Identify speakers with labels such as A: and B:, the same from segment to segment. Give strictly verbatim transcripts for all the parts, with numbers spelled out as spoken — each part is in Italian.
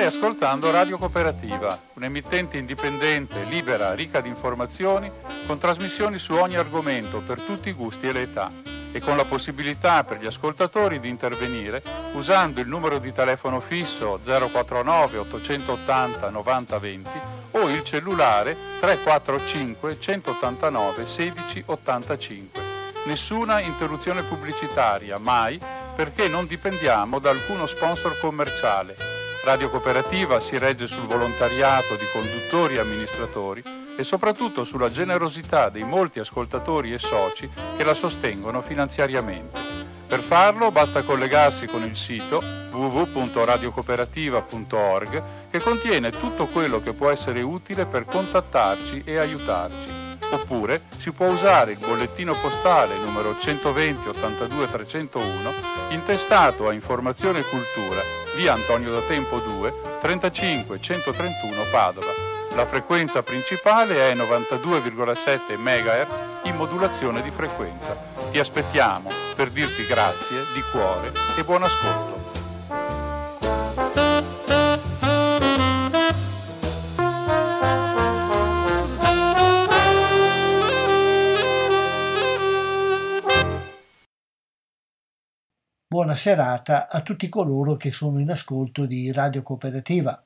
A: Stai ascoltando Radio Cooperativa, un'emittente indipendente, libera, ricca di informazioni, con trasmissioni su ogni argomento per tutti i gusti e le età, e con la possibilità per gli ascoltatori di intervenire usando il numero di telefono fisso zero quattro nove ottocentoottanta novanta venti o il cellulare tre quattro cinque centottantanove sedici ottantacinque. Nessuna interruzione pubblicitaria, mai, perché non dipendiamo da alcuno sponsor commerciale. Radio Cooperativa si regge sul volontariato di conduttori e amministratori e soprattutto sulla generosità dei molti ascoltatori e soci che la sostengono finanziariamente. Per farlo basta collegarsi con il sito w w w punto radiocooperativa punto org, che contiene tutto quello che può essere utile per contattarci e aiutarci. Oppure si può usare il bollettino postale numero centoventi ottantadue trecentouno, intestato a Informazione e Cultura, via Antonio da Tempo due, trentacinque centotrentuno Padova. La frequenza principale è novantadue virgola sette megahertz in modulazione di frequenza. Ti aspettiamo per dirti grazie di cuore e buon ascolto.
B: Buona serata a tutti coloro che sono in ascolto di Radio Cooperativa.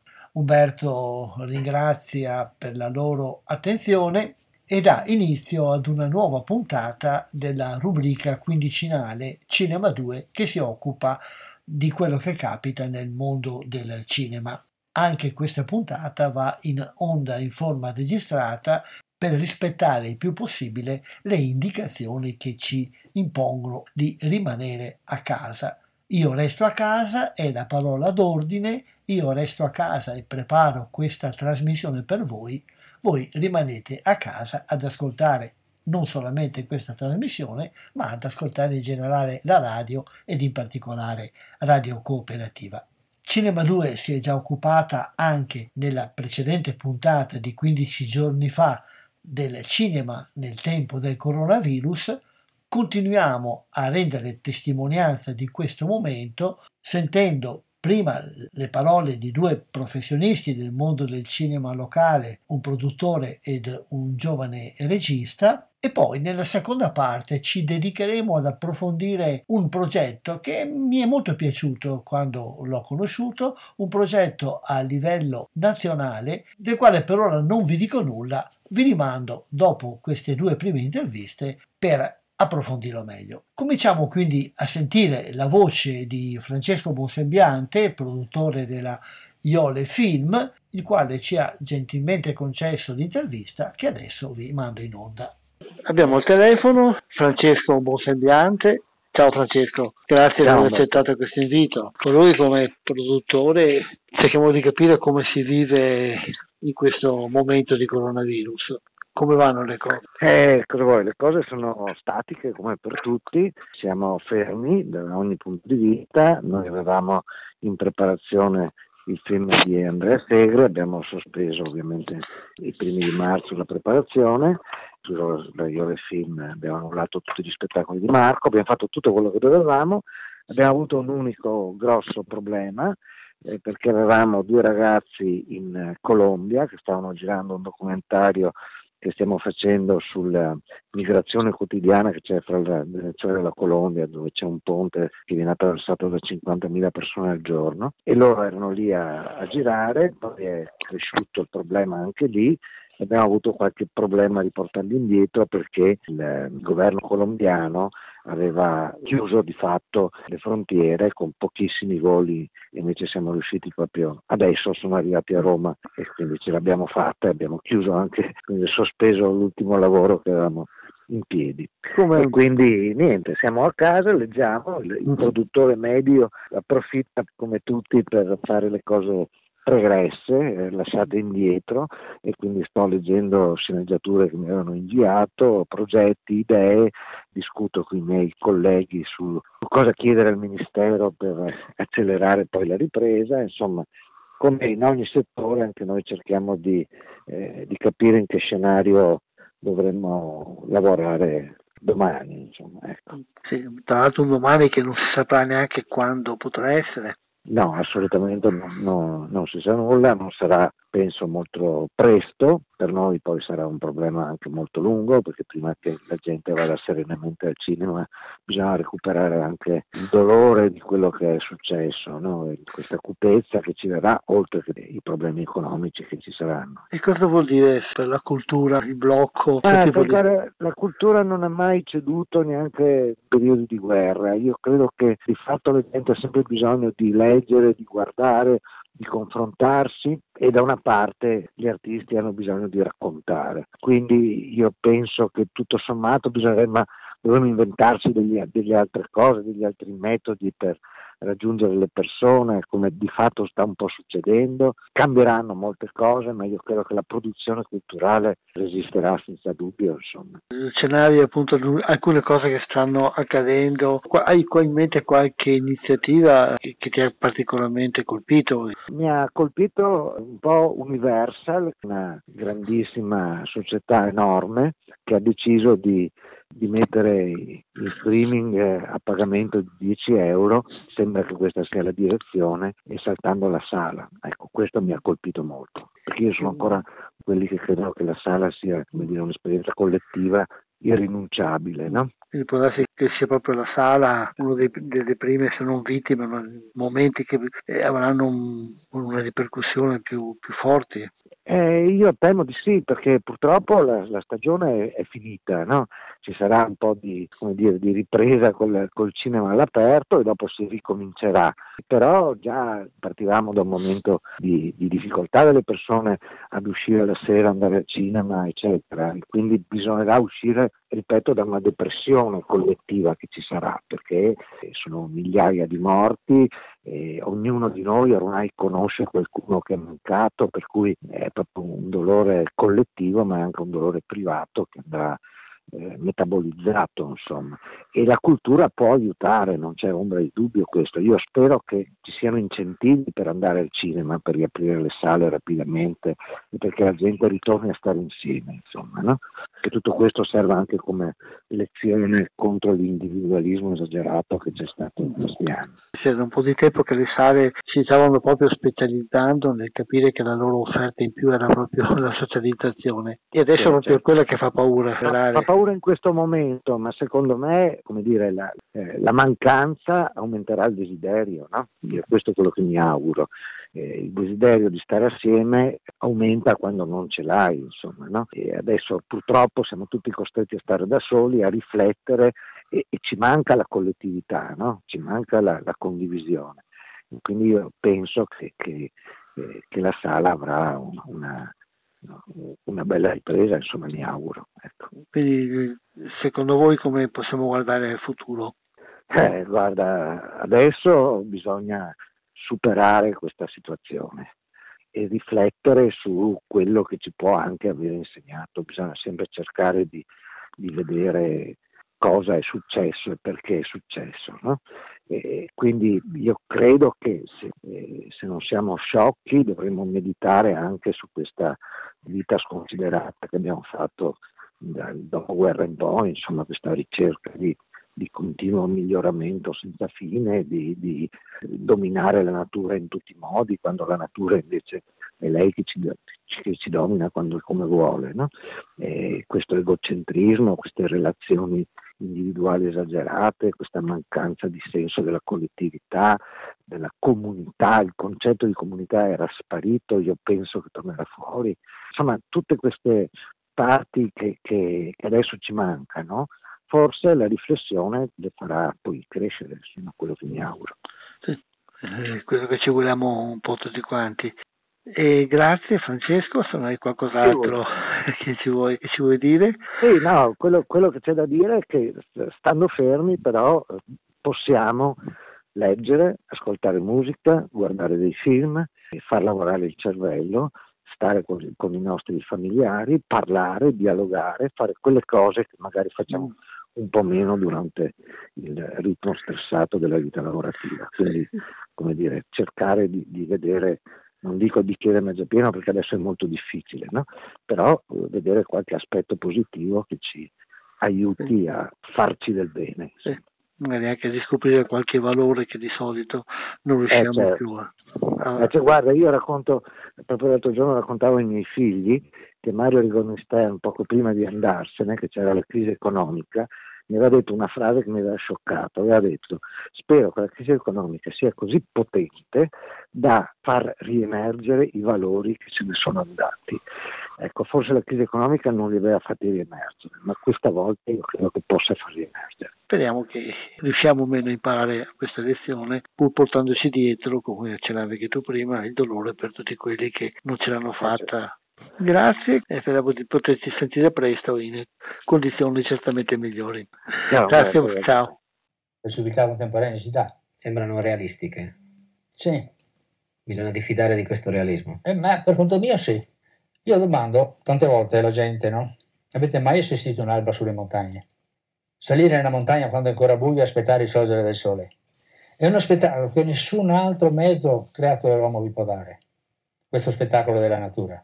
B: Umberto ringrazia per la loro attenzione e dà inizio ad una nuova puntata della rubrica quindicinale Cinema due, che si occupa di quello che capita nel mondo del cinema. Anche questa puntata va in onda in forma registrata per rispettare il più possibile le indicazioni che ci impongono di rimanere a casa. Io resto a casa è la parola d'ordine, io resto a casa e preparo questa trasmissione per voi, voi rimanete a casa ad ascoltare non solamente questa trasmissione, ma ad ascoltare in generale la radio ed in particolare Radio Cooperativa. Cinema due si è già occupata anche nella precedente puntata di quindici giorni fa del cinema nel tempo del coronavirus. Continuiamo a rendere testimonianza di questo momento sentendo prima le parole di due professionisti del mondo del cinema locale, un produttore ed un giovane regista, e poi nella seconda parte ci dedicheremo ad approfondire un progetto che mi è molto piaciuto quando l'ho conosciuto, un progetto a livello nazionale del quale per ora non vi dico nulla, vi rimando dopo queste due prime interviste per approfondirlo meglio. Cominciamo quindi a sentire la voce di Francesco Bonsembiante, produttore della Iole Film, il quale ci ha gentilmente concesso l'intervista che adesso vi mando in onda.
C: Abbiamo il telefono, Francesco Bonsembiante. Ciao Francesco, grazie per aver accettato questo invito. Con lui come produttore cerchiamo di capire come si vive in questo momento di coronavirus. Come vanno le cose?
D: Eh, cosa vuoi? Le cose sono statiche come per tutti, siamo fermi da ogni punto di vista. Noi avevamo in preparazione il film di Andrea Segre, abbiamo sospeso ovviamente i primi di marzo la preparazione, sulla Iole Film abbiamo annullato tutti gli spettacoli di Marco, abbiamo fatto tutto quello che dovevamo, abbiamo avuto un unico grosso problema, eh, perché avevamo due ragazzi in Colombia che stavano girando un documentario che stiamo facendo sulla migrazione quotidiana che c'è fra la Venezuela e la Colombia, dove c'è un ponte che viene attraversato da cinquantamila persone al giorno, e loro erano lì a, a girare, poi è cresciuto il problema anche lì, abbiamo avuto qualche problema a riportarli indietro perché il governo colombiano aveva chiuso di fatto le frontiere con pochissimi voli, e invece siamo riusciti proprio adesso, sono arrivati a Roma e quindi ce l'abbiamo fatta e abbiamo chiuso anche, quindi sospeso l'ultimo lavoro che avevamo in piedi. Come... E quindi niente, siamo a casa, leggiamo, il produttore medio approfitta come tutti per fare le cose pregresse, eh, lasciate indietro, e quindi sto leggendo sceneggiature che mi avevano inviato, progetti, idee, discuto con i miei colleghi su cosa chiedere al Ministero per accelerare poi la ripresa, insomma, come in ogni settore anche noi cerchiamo di, eh, di capire in che scenario dovremmo lavorare domani, insomma, ecco.
C: Sì, tra l'altro un domani che non si saprà neanche quando potrà essere.
D: No, assolutamente no, no, non si sa nulla, non sarà penso molto presto, per noi poi sarà un problema anche molto lungo, perché prima che la gente vada serenamente al cinema bisogna recuperare anche il dolore di quello che è successo, no? E questa cupezza che ci verrà, oltre che i problemi economici che ci saranno.
C: E cosa vuol dire per la cultura, il blocco?
D: Ah,
C: Che tipo di...
D: perché la cultura non ha mai ceduto neanche in periodi di guerra. Io credo che di fatto la gente ha sempre bisogno di leggere, di guardare, di confrontarsi, e da una parte gli artisti hanno bisogno di raccontare. Quindi io penso che tutto sommato bisognerebbe, dovremmo inventarci degli, delle altre cose, degli altri metodi per raggiungere le persone, come di fatto sta un po' succedendo. Cambieranno molte cose, ma io credo che la produzione culturale resisterà senza dubbio, insomma.
C: Scenari, appunto, alcune cose che stanno accadendo. Hai qua in mente qualche iniziativa che, che ti ha particolarmente colpito?
D: Mi ha colpito un po' Universal, una grandissima società enorme che ha deciso di di mettere in streaming a pagamento di dieci euro, sembra che questa sia la direzione, e saltando la sala. Ecco, questo mi ha colpito molto, perché io sono ancora quelli che credono che la sala sia, come dire, un'esperienza collettiva irrinunciabile, no?
C: Quindi può darsi che sia proprio la sala uno dei, delle prime, se non vittime, ma momenti che avranno un, una ripercussione più, più forti.
D: Eh, io temo di sì, perché purtroppo la, la stagione è, è finita, no? Ci sarà un po' di, come dire, di ripresa col, col cinema all'aperto e dopo si ricomincerà, però già partivamo da un momento di, di difficoltà delle persone ad uscire la sera, andare al cinema, eccetera, e quindi bisognerà uscire, ripeto, da una depressione collettiva che ci sarà, perché sono migliaia di morti e ognuno di noi ormai conosce qualcuno che è mancato, per cui è proprio un dolore collettivo, ma è anche un dolore privato che andrà eh, metabolizzato, insomma. E la cultura può aiutare, non c'è ombra di dubbio questo. Io spero che ci siano incentivi per andare al cinema, per riaprire le sale rapidamente e perché la gente ritorni a stare insieme, insomma, no? Che tutto questo serva anche come lezione contro l'individualismo esagerato che c'è stato in questi anni.
C: C'è da un po' di tempo che le sale si stavano proprio specializzando nel capire che la loro offerta in più era proprio la socializzazione, e adesso
D: Certo,
C: è proprio
D: certo.
C: quella che fa paura.
D: Fa, fa paura in questo momento, ma secondo me, come dire, la, eh, la mancanza aumenterà il desiderio, no? Io questo è quello che mi auguro. Eh, il desiderio di stare assieme aumenta quando non ce l'hai, insomma, no? E adesso purtroppo siamo tutti costretti a stare da soli, a riflettere, e, e ci manca la collettività, no? Ci manca la, la condivisione. E quindi io penso che, che, eh, che la sala avrà una, una, una bella ripresa, insomma, mi auguro. Ecco.
C: Quindi secondo voi come possiamo guardare al futuro?
D: Eh, guarda, adesso bisogna superare questa situazione e riflettere su quello che ci può anche aver insegnato. Bisogna sempre cercare di, di vedere cosa è successo e perché è successo, no? E quindi io credo che se, eh, se non siamo sciocchi dovremmo meditare anche su questa vita sconsiderata che abbiamo fatto dal dopoguerra in poi, insomma, questa ricerca di di continuo miglioramento senza fine, di, di dominare la natura in tutti i modi, quando la natura invece è lei che ci, che ci domina quando e come vuole, no? E questo egocentrismo, queste relazioni individuali esagerate, questa mancanza di senso della collettività, della comunità, il concetto di comunità era sparito, io penso che tornerà fuori. Insomma, tutte queste parti che, che, che adesso ci mancano, forse la riflessione le farà poi crescere, insomma, quello che mi auguro.
C: Sì, eh, quello che ci vogliamo un po' tutti quanti. E grazie Francesco, se non hai qualcos'altro che ci vuoi, che ci vuoi dire?
D: Sì, no, quello, quello che c'è da dire è che stando fermi però possiamo leggere, ascoltare musica, guardare dei film, far lavorare il cervello, stare con, con i nostri familiari, parlare, dialogare, fare quelle cose che magari facciamo un po' meno durante il ritmo stressato della vita lavorativa. Quindi, come dire, cercare di, di vedere, non dico il bicchiere mezzo pieno perché adesso è molto difficile, no? Però vedere qualche aspetto positivo che ci aiuti a farci del bene.
C: Sì. magari anche di scoprire qualche valore che di solito non riusciamo
D: eh, certo.
C: più a... a...
D: Eh, cioè, guarda, io racconto, proprio l'altro giorno raccontavo ai miei figli che Mario Rigoni Stern, poco prima di andarsene, che c'era la crisi economica, mi aveva detto una frase che mi aveva scioccato, aveva detto: spero che la crisi economica sia così potente da far riemergere i valori che se ne sono andati. Ecco, forse la crisi economica non li aveva fatti riemergere, ma questa volta io credo che possa far riemergere.
C: Speriamo che riusciamo meno a imparare questa lezione, pur portandoci dietro, come accennavi anche tu prima, il dolore per tutti quelli che non ce l'hanno fatta. Grazie e speriamo di poterci sentire presto in condizioni certamente migliori.
D: Ciao,
C: grazie,
D: grazie.
C: ciao.
E: Le civiltà contemporaneità
F: sembrano realistiche.
E: sì.
F: Bisogna diffidare di questo realismo.
E: Eh, ma per conto mio sì. Io domando tante volte alla gente, no? Avete mai assistito un'alba sulle montagne? Salire nella montagna quando è ancora buio e aspettare il sorgere del sole. È uno spettacolo che nessun altro mezzo creato dall'uomo vi può dare. Questo spettacolo della natura.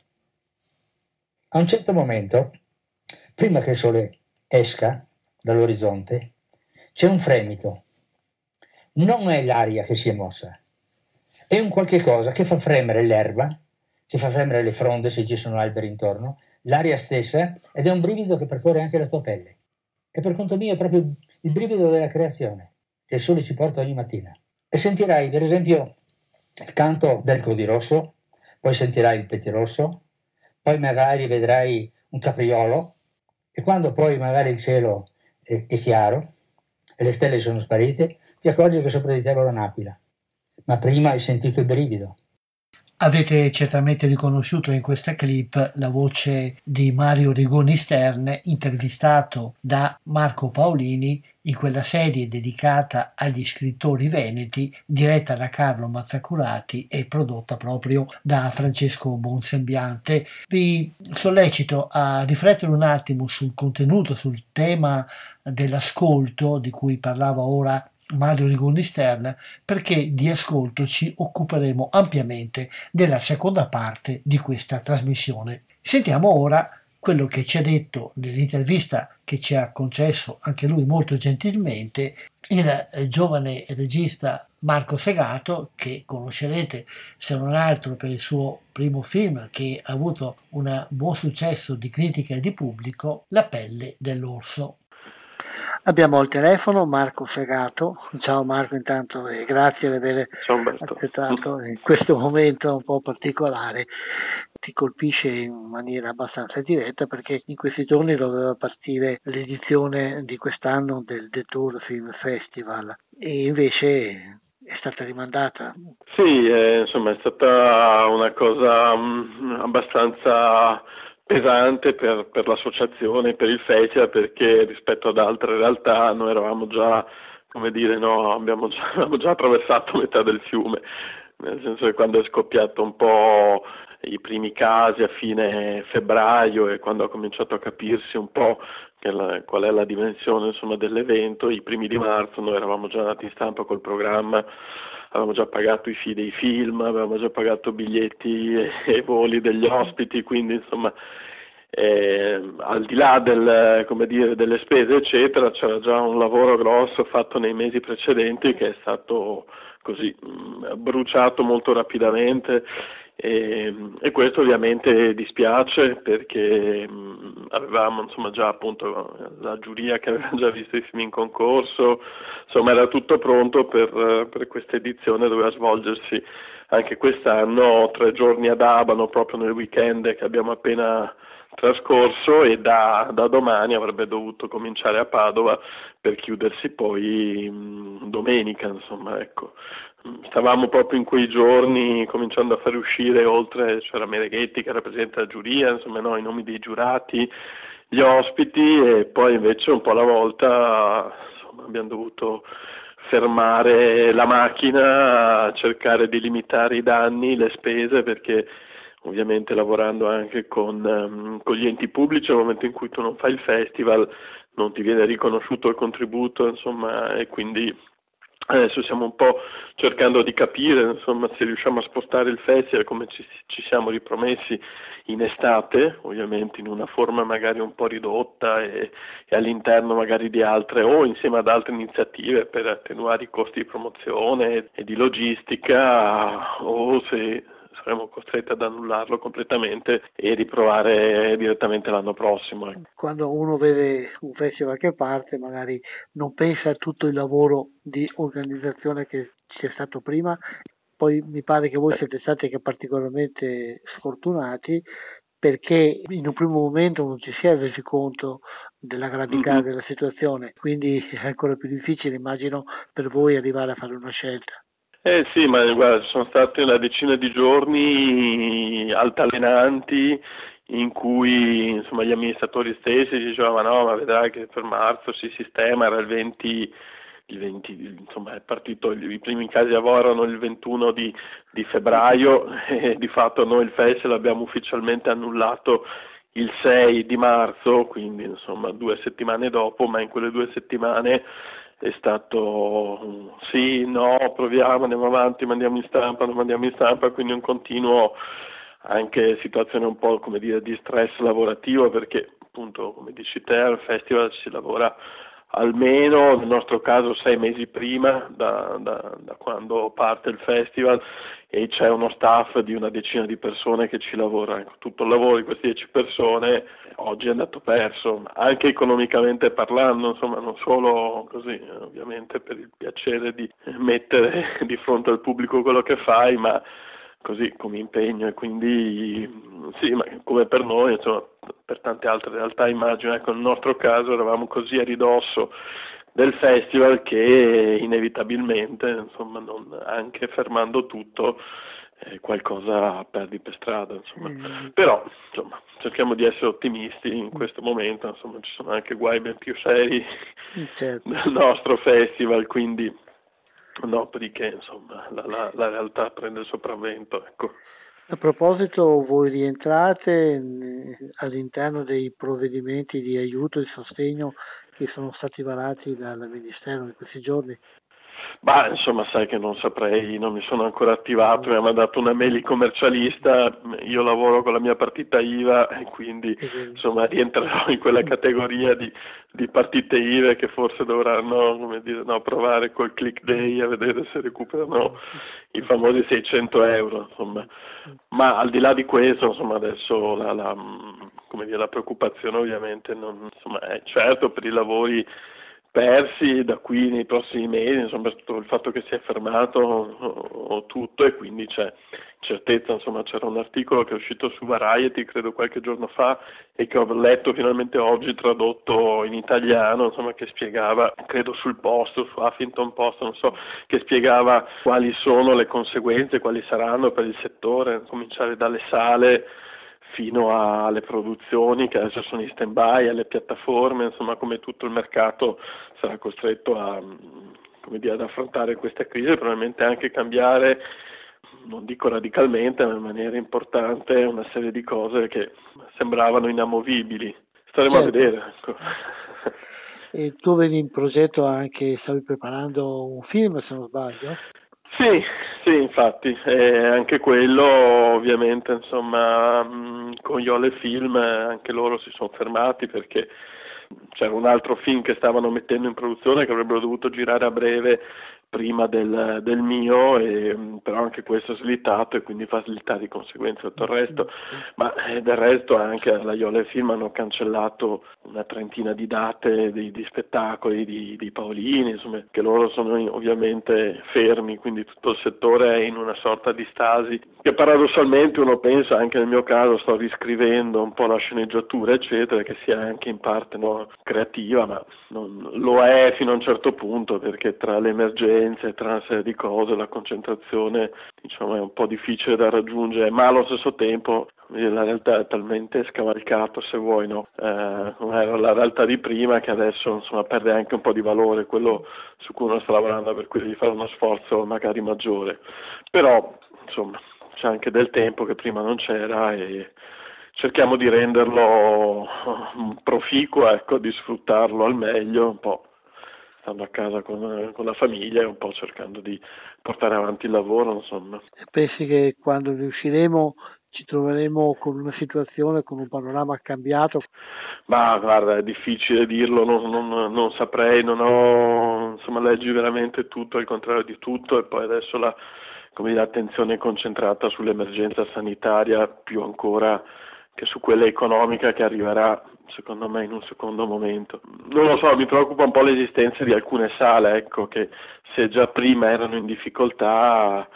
E: A un certo momento, prima che il sole esca dall'orizzonte, c'è un fremito. Non è l'aria che si è mossa, è un qualche cosa che fa fremere l'erba, che fa fremere le fronde se ci sono alberi intorno, l'aria stessa, ed è un brivido che percorre anche la tua pelle. E per conto mio è proprio il brivido della creazione che il sole ci porta ogni mattina. E sentirai, per esempio, il canto del codirosso, poi sentirai il pettirosso, poi magari vedrai un capriolo, e quando poi magari il cielo è, è chiaro e le stelle sono sparite, ti accorgi che sopra di te vola un'aquila. Ma prima hai sentito il brivido.
B: Avete certamente riconosciuto in questa clip la voce di Mario Rigoni Stern, intervistato da Marco Paolini in quella serie dedicata agli scrittori veneti, diretta da Carlo Mazzacurati e prodotta proprio da Francesco Bonsembiante. Vi sollecito a riflettere un attimo sul contenuto, sul tema dell'ascolto di cui parlava ora Mario Rigoni Stern, perché di ascolto ci occuperemo ampiamente nella seconda parte di questa trasmissione. Sentiamo ora quello che ci ha detto nell'intervista che ci ha concesso anche lui molto gentilmente il giovane regista Marco Segato, che conoscerete se non altro per il suo primo film che ha avuto un buon successo di critica e di pubblico, La pelle dell'orso.
C: Abbiamo al telefono Marco Segato. Ciao Marco, intanto e grazie di aver accettato in questo momento un po' particolare. Ti colpisce in maniera abbastanza diretta perché in questi giorni doveva partire l'edizione di quest'anno del Detour Film Festival e invece è stata rimandata.
G: Sì, eh, insomma è stata una cosa mh, abbastanza pesante per, per l'associazione, per il festival, perché rispetto ad altre realtà noi eravamo già, come dire, no, abbiamo già, abbiamo già attraversato metà del fiume, nel senso che quando è scoppiato un po' i primi casi a fine febbraio e quando ha cominciato a capirsi un po' che la, qual è la dimensione insomma dell'evento, i primi di marzo noi eravamo già andati in stampa col programma, avevamo già pagato i fee dei film, avevamo già pagato biglietti e, e voli degli ospiti, quindi insomma eh, al di là del, come dire, delle spese eccetera c'era già un lavoro grosso fatto nei mesi precedenti che è stato così mh, bruciato molto rapidamente. E, e questo ovviamente dispiace perché mh, avevamo insomma già appunto la giuria che aveva già visto i film in concorso, insomma era tutto pronto per, per questa edizione, doveva svolgersi anche quest'anno tre giorni ad Abano proprio nel weekend che abbiamo appena trascorso e da, da domani avrebbe dovuto cominciare a Padova per chiudersi poi mh, domenica, insomma ecco. Stavamo proprio in quei giorni cominciando a fare uscire, oltre c'era Mereghetti che rappresenta la giuria, insomma no, i nomi dei giurati, gli ospiti e poi invece un po' alla volta insomma, abbiamo dovuto fermare la macchina, cercare di limitare i danni, le spese perché ovviamente lavorando anche con, um, con gli enti pubblici nel momento in cui tu non fai il festival non ti viene riconosciuto il contributo insomma e quindi Adesso stiamo un po' cercando di capire, insomma, se riusciamo a spostare il festival come ci, ci siamo ripromessi in estate, ovviamente in una forma magari un po' ridotta e, e all'interno magari di altre o insieme ad altre iniziative per attenuare i costi di promozione e di logistica, o se saremo costretti ad annullarlo completamente e riprovare direttamente l'anno prossimo.
C: Quando uno vede un festival che parte, magari non pensa a tutto il lavoro di organizzazione che c'è stato prima. Poi mi pare che voi siete stati anche particolarmente sfortunati, perché in un primo momento non ci si è resi conto della gravità mm-hmm. della situazione, quindi è ancora più difficile, immagino, per voi arrivare a fare una scelta.
G: Eh sì, ma guarda, sono stati una decina di giorni altalenanti in cui insomma gli amministratori stessi dicevano no, ma vedrai che per marzo si sistema, era il venti, il venti insomma è partito, i primi casi di lavoro erano il ventuno di, di febbraio e di fatto noi il festival l'abbiamo ufficialmente annullato il sei di marzo, quindi insomma due settimane dopo, ma in quelle due settimane è stato sì, no, proviamo, andiamo avanti, mandiamo in stampa, non mandiamo in stampa, quindi un continuo anche situazione un po' come dire di stress lavorativo, perché appunto come dici te al festival si lavora almeno nel nostro caso sei mesi prima da, da, da quando parte il festival e c'è uno staff di una decina di persone che ci lavora. Ecco, tutto il lavoro di queste dieci persone oggi è andato perso, anche economicamente parlando, insomma non solo così ovviamente per il piacere di mettere di fronte al pubblico quello che fai, ma così come impegno, e quindi sì, ma come per noi, insomma, per tante altre realtà immagino, ecco, nel nostro caso eravamo così a ridosso del festival che inevitabilmente, insomma, non, anche fermando tutto, eh, qualcosa perdi per strada, insomma. Mm. Però, insomma, cerchiamo di essere ottimisti in questo momento, insomma, ci sono anche guai ben più seri certo. nel nostro festival, quindi dopodiché insomma la, la, la realtà prende il sopravvento, ecco.
C: A proposito, voi rientrate all'interno dei provvedimenti di aiuto e sostegno che sono stati varati dal Ministero in questi giorni?
G: Bah, insomma, sai che non saprei, non mi sono ancora attivato, mi ha mandato una mail il commercialista, io lavoro con la mia partita I V A e quindi insomma rientrerò in quella categoria di, di partite I V A che forse dovranno, come dire, no, provare col click day a vedere se recuperano i famosi seicento euro, insomma. Ma al di là di questo, insomma, adesso la, la, come dire, la preoccupazione ovviamente non, insomma, è certo per i lavori persi da qui nei prossimi mesi, insomma, tutto il fatto che si è fermato o, o tutto, e quindi c'è certezza, insomma, c'era un articolo che è uscito su Variety credo qualche giorno fa e che ho letto finalmente oggi tradotto in italiano, insomma, che spiegava, credo sul Post, su Huffington Post, non so, che spiegava quali sono le conseguenze, quali saranno per il settore, a cominciare dalle sale fino alle produzioni che adesso sono in stand-by, alle piattaforme, insomma, come tutto il mercato sarà costretto a, come dire, ad affrontare questa crisi e probabilmente anche cambiare, non dico radicalmente, ma in maniera importante, una serie di cose che sembravano inamovibili. Staremo certo. a vedere. Ecco.
C: E tu avevi in progetto anche, stavi preparando un film, se non sbaglio?
G: Sì, sì, infatti, e anche quello ovviamente, insomma, mh, con Iole Film anche loro si sono fermati perché c'era un altro film che stavano mettendo in produzione che avrebbero dovuto girare a breve prima del, del mio, e, però anche questo è slittato e quindi fa slittare di conseguenza tutto il resto, ma eh, del resto anche alla Iole Film hanno cancellato una trentina di date di, di spettacoli di, di Paolini, insomma, che loro sono ovviamente fermi, quindi tutto il settore è in una sorta di stasi, che paradossalmente uno pensa, anche nel mio caso sto riscrivendo un po' la sceneggiatura eccetera, che sia anche in parte no, creativa, ma non lo è fino a un certo punto, perché tra le emergenze, tra una serie di cose, la concentrazione, diciamo, è un po' difficile da raggiungere, ma allo stesso tempo la realtà è talmente scavalcata, se vuoi, no? Eh, era la realtà di prima che adesso, insomma, perde anche un po' di valore, quello su cui uno sta lavorando, per cui devi fare uno sforzo magari maggiore, però insomma c'è anche del tempo che prima non c'era e cerchiamo di renderlo proficuo, ecco, di sfruttarlo al meglio un po'. stando a casa con, con la famiglia e un po' cercando di portare avanti il lavoro, insomma.
C: Pensi che quando riusciremo ci troveremo con una situazione, con un panorama cambiato?
G: Ma guarda, è difficile dirlo, non, non, non saprei, non ho, insomma, leggi veramente tutto, al contrario di tutto, e poi adesso la, come dire, l'attenzione è concentrata sull'emergenza sanitaria più ancora che su quella economica che arriverà, secondo me, in un secondo momento. Non lo so, mi preoccupa un po' l'esistenza di alcune sale, ecco, che se già prima erano in difficoltà,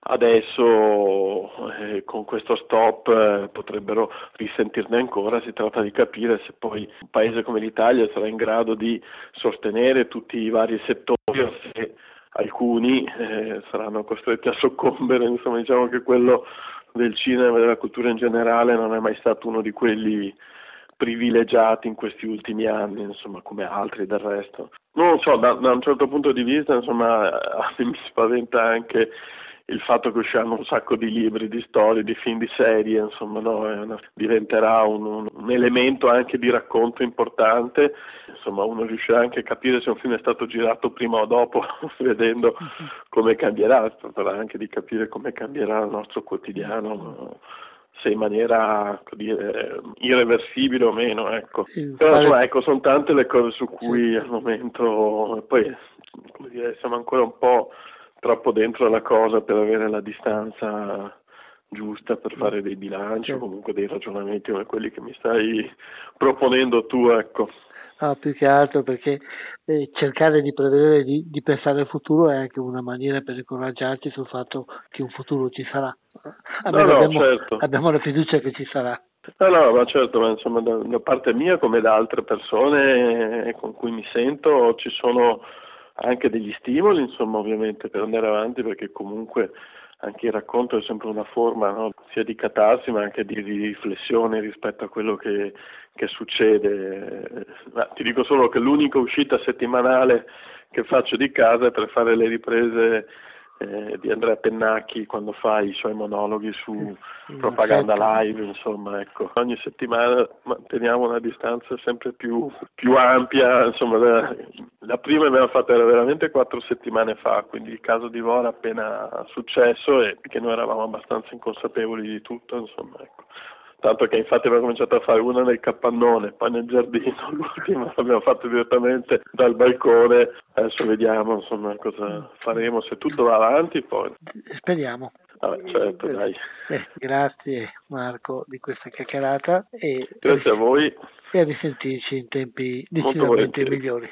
G: adesso eh, con questo stop eh, potrebbero risentirne ancora. Si tratta di capire se poi un paese come l'Italia sarà in grado di sostenere tutti i vari settori o se alcuni eh, saranno costretti a soccombere. Insomma, diciamo che quello del cinema e della cultura in generale non è mai stato uno di quelli privilegiati in questi ultimi anni, insomma, come altri del resto. Non lo so, da, da un certo punto di vista, insomma, mi spaventa anche il fatto che usciranno un sacco di libri, di storie, di film, di serie, insomma, no, è una, diventerà un, un, un elemento anche di racconto importante. Insomma, uno riuscirà anche a capire se un film è stato girato prima o dopo, vedendo come cambierà. Si tratterà anche di capire come cambierà il nostro quotidiano, se in maniera, dire, irreversibile o meno, ecco. Sì, però insomma, ecco, sono tante le cose su cui al momento, poi come dire, siamo ancora un po' troppo dentro la cosa per avere la distanza giusta per fare dei bilanci, o comunque dei ragionamenti come quelli che mi stai proponendo tu, ecco.
C: Ah, più che altro perché eh, cercare di prevedere, di, di pensare al futuro è anche una maniera per incoraggiarci sul fatto che un futuro ci sarà.
G: No, no,
C: abbiamo,
G: certo.
C: abbiamo la fiducia che ci sarà.
G: No, no, ma certo, ma insomma da, da parte mia come da altre persone con cui mi sento ci sono anche degli stimoli, insomma, ovviamente per andare avanti, perché comunque anche il racconto è sempre una forma, no? Sia di catarsi ma anche di, di riflessione rispetto a quello che, che succede. Ma ti dico solo che l'unica uscita settimanale che faccio di casa è per fare le riprese eh, di Andrea Pennacchi quando fa i suoi monologhi su sì, propaganda certo. live, insomma, ecco. Ogni settimana manteniamo una distanza sempre più, più ampia, insomma, la, la prima abbiamo fatta era veramente quattro settimane fa, quindi il caso di Vora appena successo e che noi eravamo abbastanza inconsapevoli di tutto, insomma, ecco. Tanto che infatti abbiamo cominciato a fare una nel capannone, poi nel giardino, l'ultima l'abbiamo fatto direttamente dal balcone. Adesso vediamo, insomma, cosa faremo, se tutto va avanti poi.
C: Speriamo.
G: Vabbè, certo, dai.
C: Eh, grazie Marco di questa chiacchierata e
G: grazie a voi
C: e a risentirci in tempi decisamente migliori.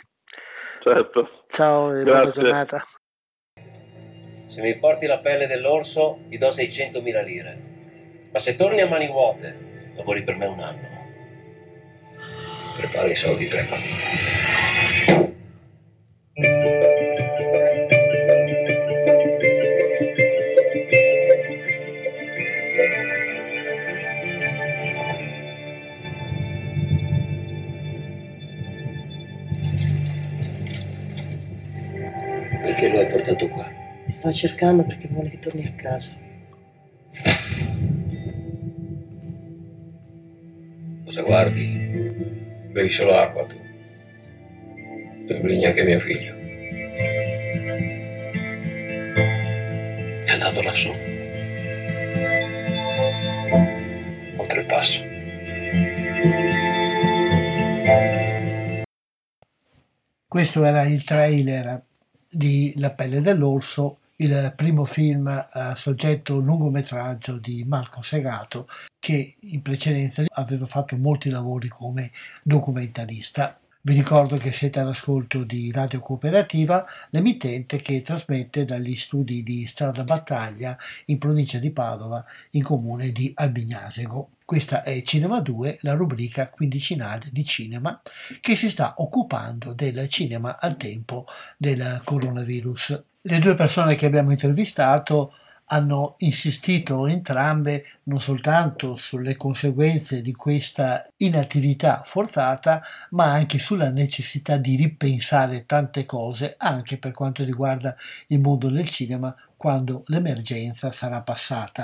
G: Certo.
C: Ciao e buona giornata.
H: Se mi porti la pelle dell'orso ti do seicentomila lire. Ma se torni a mani vuote, lavori per me un anno. Prepara i soldi, prepazzi. Perché lo hai portato qua?
I: Ti sto cercando perché vuole che torni a casa.
H: Cosa guardi? Bevi solo acqua tu. Non bevi neanche mio figlio. È andato lassù. Oltre il passo.
B: Questo era il trailer di La pelle dell'orso, il primo film a soggetto lungometraggio di Marco Segato, che in precedenza aveva fatto molti lavori come documentarista. Vi ricordo che siete all'ascolto di Radio Cooperativa, l'emittente che trasmette dagli studi di Strada Battaglia in provincia di Padova, in comune di Albignasego. Questa è Cinema due, la rubrica quindicinale di cinema che si sta occupando del cinema al tempo del coronavirus. Le due persone che abbiamo intervistato hanno insistito entrambe non soltanto sulle conseguenze di questa inattività forzata, ma anche sulla necessità di ripensare tante cose, anche per quanto riguarda il mondo del cinema, quando l'emergenza sarà passata.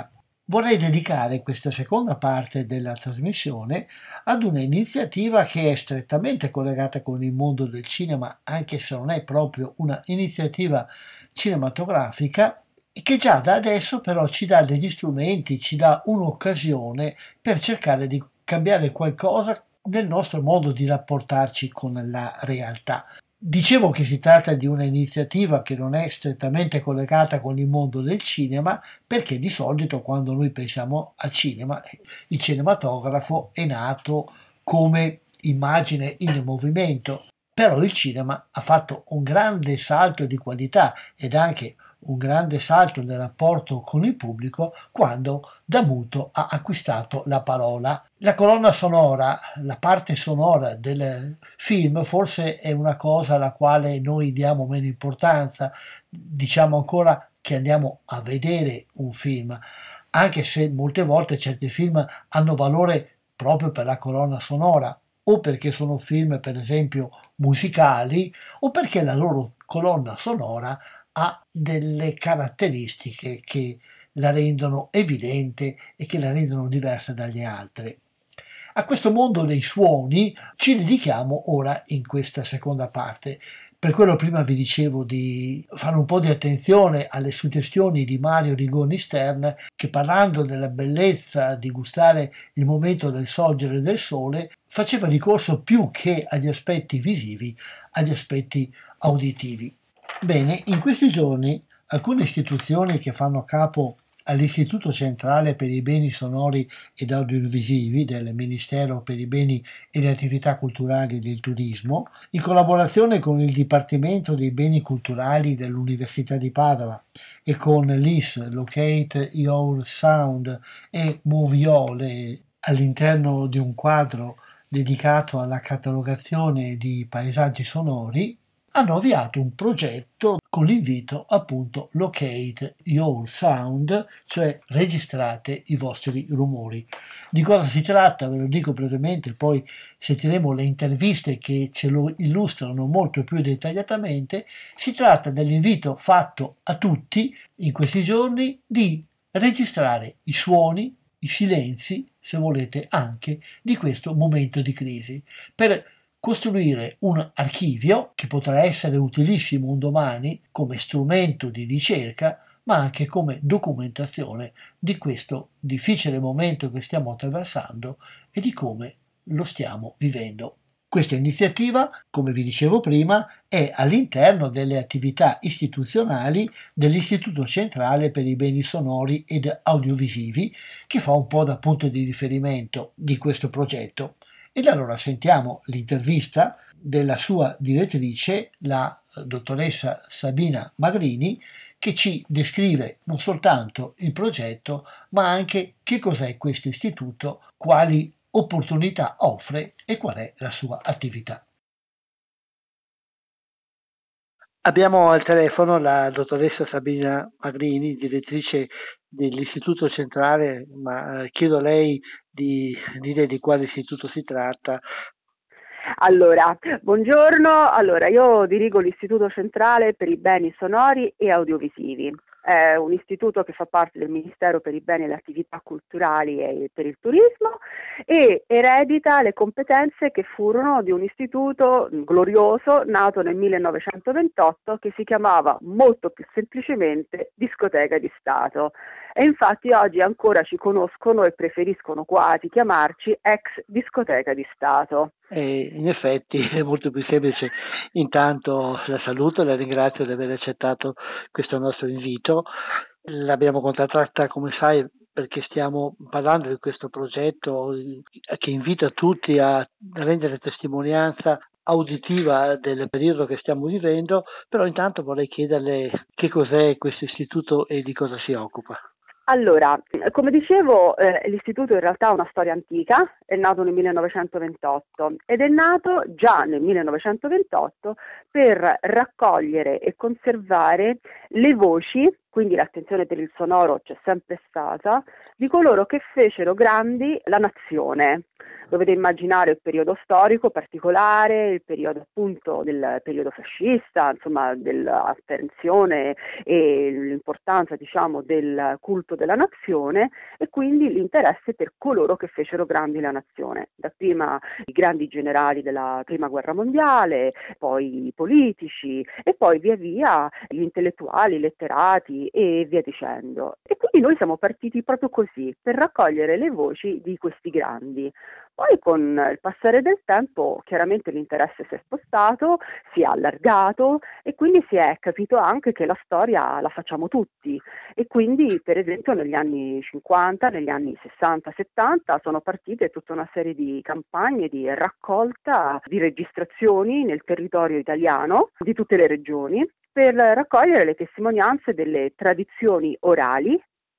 B: vorrei dedicare questa seconda parte della trasmissione ad un'iniziativa che è strettamente collegata con il mondo del cinema, anche se non è proprio una iniziativa cinematografica, e che già da adesso però ci dà degli strumenti, ci dà un'occasione per cercare di cambiare qualcosa nel nostro modo di rapportarci con la realtà. Dicevo che si tratta di un'iniziativa che non è strettamente collegata con il mondo del cinema, perché di solito quando noi pensiamo al cinema, il cinematografo è nato come immagine in movimento, però il cinema ha fatto un grande salto di qualità ed anche un grande salto nel rapporto con il pubblico quando da muto ha acquistato la parola. La colonna sonora, la parte sonora del film forse è una cosa alla quale noi diamo meno importanza, diciamo ancora che andiamo a vedere un film, anche se molte volte certi film hanno valore proprio per la colonna sonora, o perché sono film per esempio musicali, o perché la loro colonna sonora ha delle caratteristiche che la rendono evidente e che la rendono diversa dagli altri. A questo mondo dei suoni ci dedichiamo ora in questa seconda parte. Per quello prima vi dicevo di fare un po' di attenzione alle suggestioni di Mario Rigoni Stern, che parlando della bellezza di gustare il momento del sorgere del sole faceva ricorso più che agli aspetti visivi, agli aspetti auditivi. Bene, in questi giorni alcune istituzioni che fanno capo all'Istituto Centrale per i Beni Sonori ed Audiovisivi del Ministero per i Beni e le Attività Culturali e del Turismo, in collaborazione con il Dipartimento dei Beni Culturali dell'Università di Padova e con l'I S, Locate Your Sound e Moviole, all'interno di un quadro dedicato alla catalogazione di paesaggi sonori, hanno avviato un progetto con l'invito appunto Locate Your Sound, cioè registrate i vostri rumori. Di cosa si tratta? Ve lo dico brevemente, poi sentiremo le interviste che ce lo illustrano molto più dettagliatamente. Si tratta dell'invito fatto a tutti in questi giorni di registrare i suoni, i silenzi, se volete, anche di questo momento di crisi, per costruire un archivio che potrà essere utilissimo un domani come strumento di ricerca, ma anche come documentazione di questo difficile momento che stiamo attraversando e di come lo stiamo vivendo. Questa iniziativa, come vi dicevo prima, è all'interno delle attività istituzionali dell'Istituto Centrale per i Beni Sonori ed Audiovisivi, che fa un po' da punto di riferimento di questo progetto. Ed allora sentiamo l'intervista della sua direttrice, la dottoressa Sabina Magrini, che ci descrive non soltanto il progetto, ma anche che cos'è questo istituto, quali opportunità offre e qual è la sua attività.
C: Abbiamo al telefono la dottoressa Sabina Magrini, direttrice dell'Istituto Centrale, ma chiedo a lei di dire di quale istituto si tratta.
J: Allora, buongiorno, allora io dirigo l'Istituto Centrale per i Beni Sonori e Audiovisivi. È un istituto che fa parte del Ministero per i Beni e le Attività Culturali e per il Turismo e eredita le competenze che furono di un istituto glorioso nato nel millenovecentoventotto che si chiamava molto più semplicemente Discoteca di Stato. E infatti oggi ancora ci conoscono e preferiscono quasi chiamarci ex Discoteca di Stato.
C: E in effetti è molto più semplice. Intanto la saluto e la ringrazio di aver accettato questo nostro invito. L'abbiamo contattata, come sai, perché stiamo parlando di questo progetto che invita tutti a rendere testimonianza auditiva del periodo che stiamo vivendo, però intanto vorrei chiederle che cos'è questo istituto e di cosa si occupa.
J: Allora, come dicevo, eh, l'istituto in realtà ha una storia antica, è nato nel millenovecentoventotto ed è nato già nel millenovecentoventotto per raccogliere e conservare le voci quindi l'attenzione per il sonoro c'è sempre stata, di coloro che fecero grandi la nazione. Dovete immaginare il periodo storico particolare, il periodo appunto del periodo fascista, insomma dell'attenzione e l'importanza diciamo del culto della nazione e quindi l'interesse per coloro che fecero grandi la nazione. Dapprima i grandi generali della prima guerra mondiale, poi i politici e poi via via gli intellettuali, i letterati e via dicendo. E quindi noi siamo partiti proprio così, per raccogliere le voci di questi grandi. Poi con il passare del tempo chiaramente l'interesse si è spostato, si è allargato e quindi si è capito anche che la storia la facciamo tutti e quindi per esempio negli anni cinquanta, negli anni sessanta settanta sono partite tutta una serie di campagne di raccolta di registrazioni nel territorio italiano di tutte le regioni per raccogliere le testimonianze delle tradizioni orali,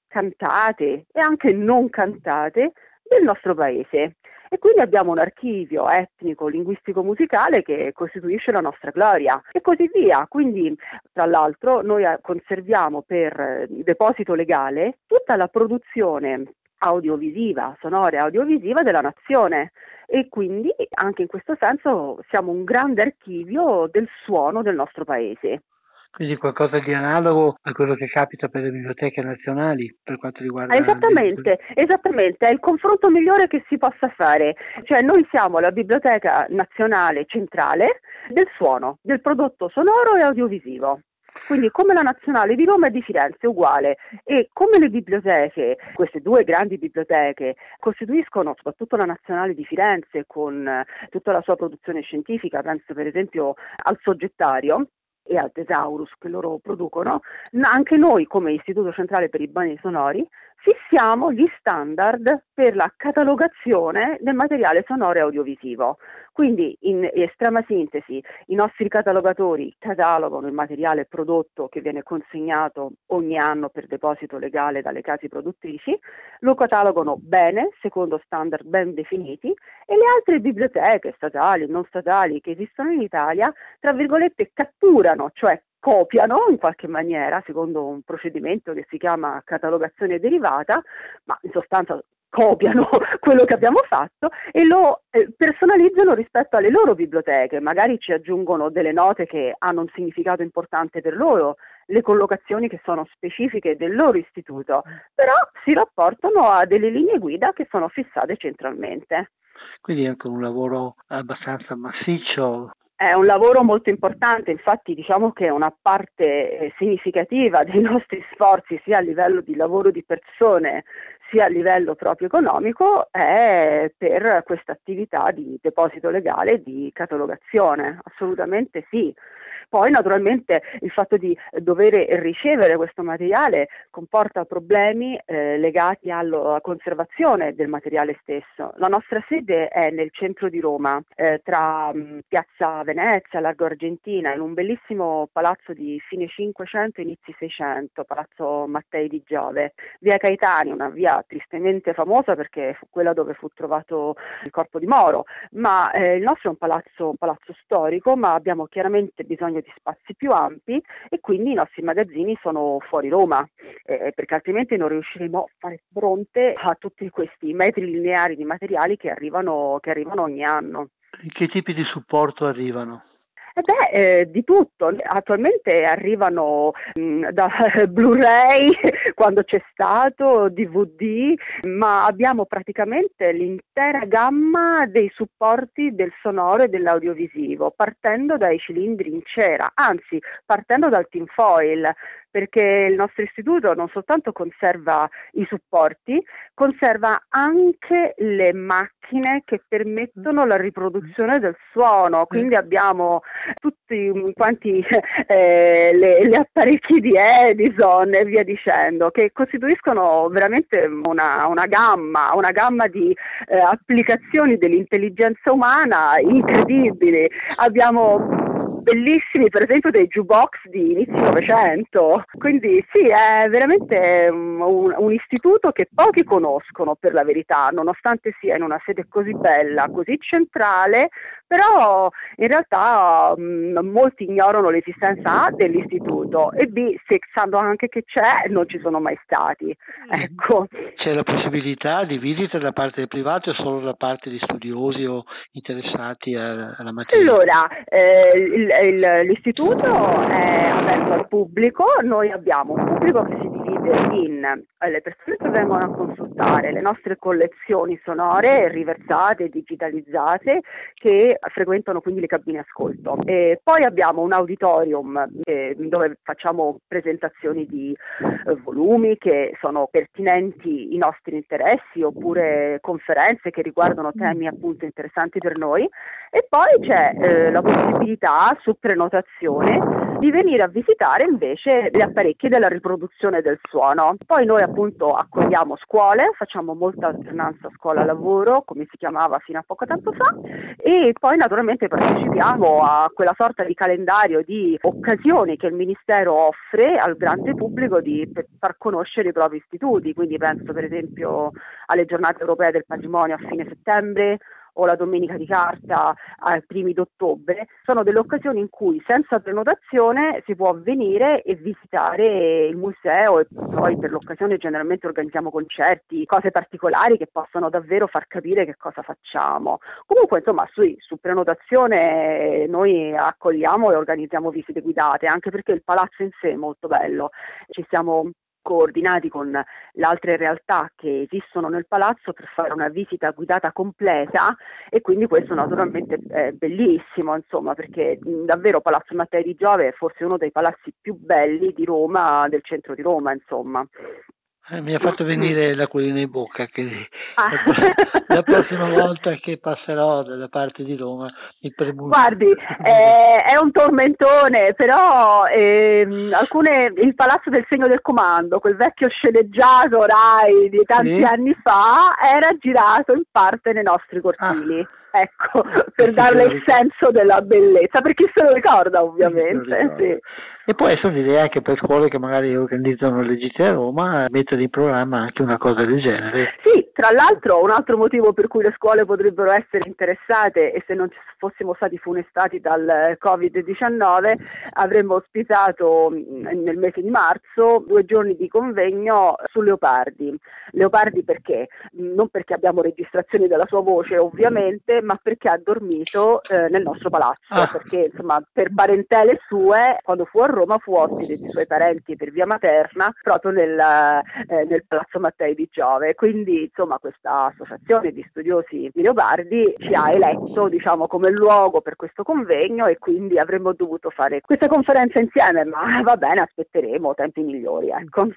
J: cantate e anche non cantate del nostro paese. E quindi abbiamo un archivio etnico, linguistico, musicale che costituisce la nostra gloria e così via. Quindi, tra l'altro, noi conserviamo per deposito legale tutta la produzione audiovisiva, sonora e audiovisiva della nazione e quindi anche in questo senso siamo un grande archivio del suono del nostro paese.
C: Quindi qualcosa di analogo a quello che capita per le biblioteche nazionali per quanto riguarda...
J: Esattamente, esattamente, è il confronto migliore che si possa fare. Cioè noi siamo la Biblioteca Nazionale Centrale del suono, del prodotto sonoro e audiovisivo. Quindi come la Nazionale di Roma e di Firenze è uguale e come le biblioteche, queste due grandi biblioteche, costituiscono soprattutto la Nazionale di Firenze con tutta la sua produzione scientifica, penso per esempio al Soggettario, e al Thesaurus che loro producono, anche noi come Istituto Centrale per i Beni Sonori fissiamo gli standard per la catalogazione del materiale sonoro e audiovisivo. Quindi in estrema sintesi i nostri catalogatori catalogano il materiale prodotto che viene consegnato ogni anno per deposito legale dalle case produttrici, lo catalogano bene, secondo standard ben definiti e le altre biblioteche statali e non statali che esistono in Italia, tra virgolette, catturano, cioè copiano in qualche maniera, secondo un procedimento che si chiama catalogazione derivata, ma in sostanza copiano quello che abbiamo fatto e lo eh, personalizzano rispetto alle loro biblioteche, magari ci aggiungono delle note che hanno un significato importante per loro, le collocazioni che sono specifiche del loro istituto, però si rapportano a delle linee guida che sono fissate centralmente.
C: Quindi è anche un lavoro abbastanza massiccio.
J: È un lavoro molto importante, infatti diciamo che una parte eh, significativa dei nostri sforzi sia a livello di lavoro di persone sia a livello proprio economico è per questa attività di deposito legale di catalogazione, assolutamente sì. Poi naturalmente il fatto di dover ricevere questo materiale comporta problemi eh, legati alla conservazione del materiale stesso. La nostra sede è nel centro di Roma, eh, tra mh, Piazza Venezia, Largo Argentina, in un bellissimo palazzo di fine Cinquecento, inizi Seicento, Palazzo Mattei di Giove. Via Caetani, una via tristemente famosa perché fu quella dove fu trovato il corpo di Moro, ma eh, il nostro è un palazzo, un palazzo storico, ma abbiamo chiaramente bisogno di spazi più ampi e quindi i nostri magazzini sono fuori Roma, eh, perché altrimenti non riusciremo a fare fronte a tutti questi metri lineari di materiali che arrivano, che arrivano ogni anno.
C: Che tipi di supporto arrivano?
J: Eh beh, eh, di tutto. Attualmente arrivano mh, da Blu-ray quando c'è stato, D V D, ma abbiamo praticamente l'intera gamma dei supporti del sonoro e dell'audiovisivo, partendo dai cilindri in cera, anzi partendo dal tinfoil, perché il nostro istituto non soltanto conserva i supporti, conserva anche le macchine che permettono la riproduzione del suono, quindi abbiamo tutti quanti eh, le, le apparecchi di Edison e via dicendo, che costituiscono veramente una, una gamma, una gamma di eh, applicazioni dell'intelligenza umana incredibili. Abbiamo bellissimi, per esempio dei jukebox di inizio Novecento, quindi sì, è veramente un, un istituto che pochi conoscono per la verità, nonostante sia in una sede così bella, così centrale, Però in realtà mh, molti ignorano l'esistenza A dell'istituto e B, se sanno anche che c'è, non ci sono mai stati. Ecco.
B: C'è la possibilità di visita da parte del privato o solo da parte di studiosi o interessati a, alla materia?
J: Allora, eh, il, il, l'istituto è aperto al pubblico, noi abbiamo un pubblico che si divide in eh, le persone che vengono a consultare le nostre collezioni sonore riversate, digitalizzate, che frequentano quindi le cabine ascolto. E poi abbiamo un auditorium eh, dove facciamo presentazioni di eh, volumi che sono pertinenti ai nostri interessi, oppure conferenze che riguardano temi appunto interessanti per noi, e poi c'è eh, la possibilità su prenotazione di venire a visitare invece gli apparecchi della riproduzione del suono. Poi noi appunto accogliamo scuole, facciamo molta alternanza scuola-lavoro, come si chiamava fino a poco tempo fa, e poi naturalmente partecipiamo a quella sorta di calendario di occasioni che il Ministero offre al grande pubblico di per far conoscere i propri istituti, quindi penso per esempio alle giornate europee del patrimonio a fine settembre, o la domenica di carta ai primi d'ottobre. Sono delle occasioni in cui senza prenotazione si può venire e visitare il museo, e poi per l'occasione generalmente organizziamo concerti, cose particolari che possono davvero far capire che cosa facciamo. Comunque insomma su, su prenotazione noi accogliamo e organizziamo visite guidate, anche perché il palazzo in sé è molto bello. Ci siamo coordinati con le altre realtà che esistono nel palazzo per fare una visita guidata completa, e quindi questo naturalmente è bellissimo, insomma, perché davvero Palazzo Mattei di Giove è forse uno dei palazzi più belli di Roma, del centro di Roma, insomma.
B: Eh, mi ha fatto venire l'acquolina in bocca che
J: ah.
B: la prossima volta che passerò dalla parte di Roma mi premuto.
J: Guardi, eh, è un tormentone, però ehm, alcune, il Palazzo del Segno del Comando, quel vecchio sceneggiato Rai di tanti sì. anni fa, era girato in parte nei nostri cortili. Ah. Ecco, per darle il senso della bellezza, per chi se lo ricorda ovviamente. Sì.
B: E può essere un'idea anche per scuole che magari organizzano le gite a Roma, mettere in programma anche una cosa del genere.
J: Sì, tra l'altro un altro motivo per cui le scuole potrebbero essere interessate, e se non fossimo stati funestati dal covid diciannove, avremmo ospitato nel mese di marzo due giorni di convegno su Leopardi. Leopardi perché? Non perché abbiamo registrazioni della sua voce ovviamente, ma perché ha dormito eh, nel nostro palazzo, ah. perché insomma per parentele sue, quando fu a Roma fu ospite dei suoi parenti per via materna proprio nel, eh, nel Palazzo Mattei di Giove. Quindi insomma questa associazione di studiosi di Leopardi ci ha eletto, diciamo, come luogo per questo convegno, e quindi avremmo dovuto fare questa conferenza insieme, ma va bene, aspetteremo tempi migliori, ecco.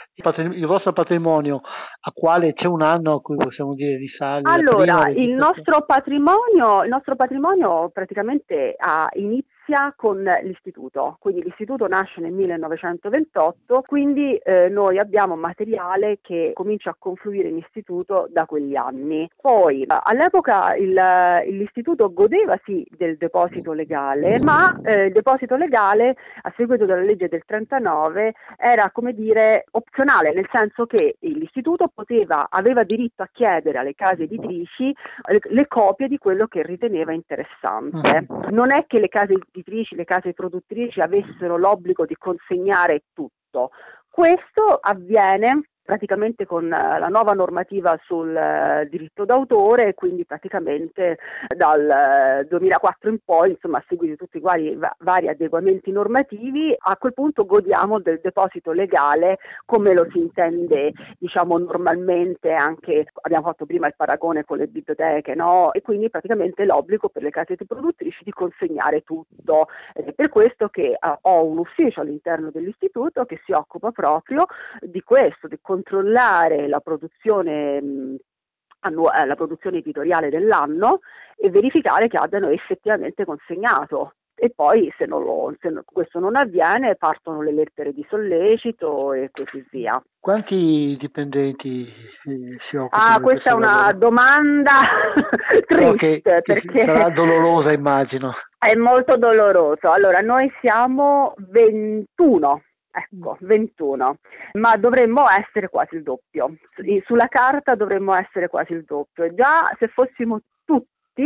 B: Il vostro patrimonio, a quale c'è un anno a cui possiamo dire risale?
J: Allora, il nostro patrimonio, il nostro patrimonio praticamente ha inizia con l'istituto, quindi l'istituto nasce nel millenovecentoventotto, quindi eh, noi abbiamo materiale che comincia a confluire in istituto da quegli anni. Poi all'epoca il, l'istituto godeva sì del deposito legale, ma eh, il deposito legale a seguito della legge del trentanove era, come dire, opzionale, nel senso che l'istituto poteva, aveva diritto a chiedere alle case editrici le, le copie di quello che riteneva interessante. Non è che le case editrici, le case produttrici avessero l'obbligo di consegnare tutto. Questo avviene praticamente con la nuova normativa sul uh, diritto d'autore, quindi praticamente dal uh, duemilaquattro in poi, insomma, a seguito di tutti i vari, va- vari adeguamenti normativi, a quel punto godiamo del deposito legale come lo si intende, diciamo, normalmente. Anche abbiamo fatto prima il paragone con le biblioteche, no? E quindi praticamente l'obbligo per le case produttrici di consegnare tutto. Ed è per questo che uh, ho un ufficio all'interno dell'istituto che si occupa proprio di questo, di controllare la produzione mh, annu- la produzione editoriale dell'anno e verificare che abbiano effettivamente consegnato. E poi se, non lo, se non, questo non avviene, partono le lettere di sollecito e così via.
B: Quanti dipendenti si, si occupano?
J: Ah, questa è una lavoro? domanda triste,
B: okay,
J: perché
B: sarà dolorosa, immagino.
J: È molto doloroso. Allora, noi siamo ventuno. Ecco, ventuno, ma dovremmo essere quasi il doppio. Sulla carta dovremmo essere quasi il doppio. Già se fossimo tutti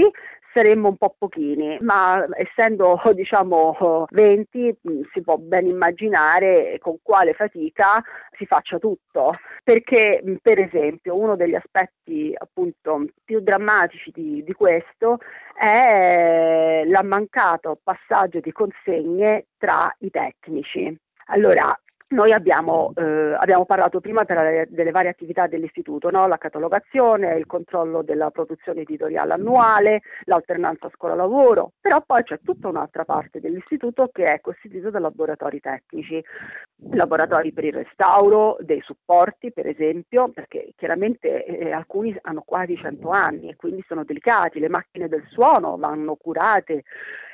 J: saremmo un po' pochini, ma essendo diciamo venti si può ben immaginare con quale fatica si faccia tutto, perché per esempio uno degli aspetti appunto più drammatici di, di questo è il mancato passaggio di consegne tra i tecnici. Allora, noi abbiamo, eh, abbiamo parlato prima per, delle varie attività dell'istituto, no? La catalogazione, il controllo della produzione editoriale annuale, l'alternanza scuola-lavoro, però poi c'è tutta un'altra parte dell'istituto che è costituita da laboratori tecnici, laboratori per il restauro dei supporti per esempio, perché chiaramente eh, alcuni hanno quasi cento anni e quindi sono delicati, le macchine del suono vanno curate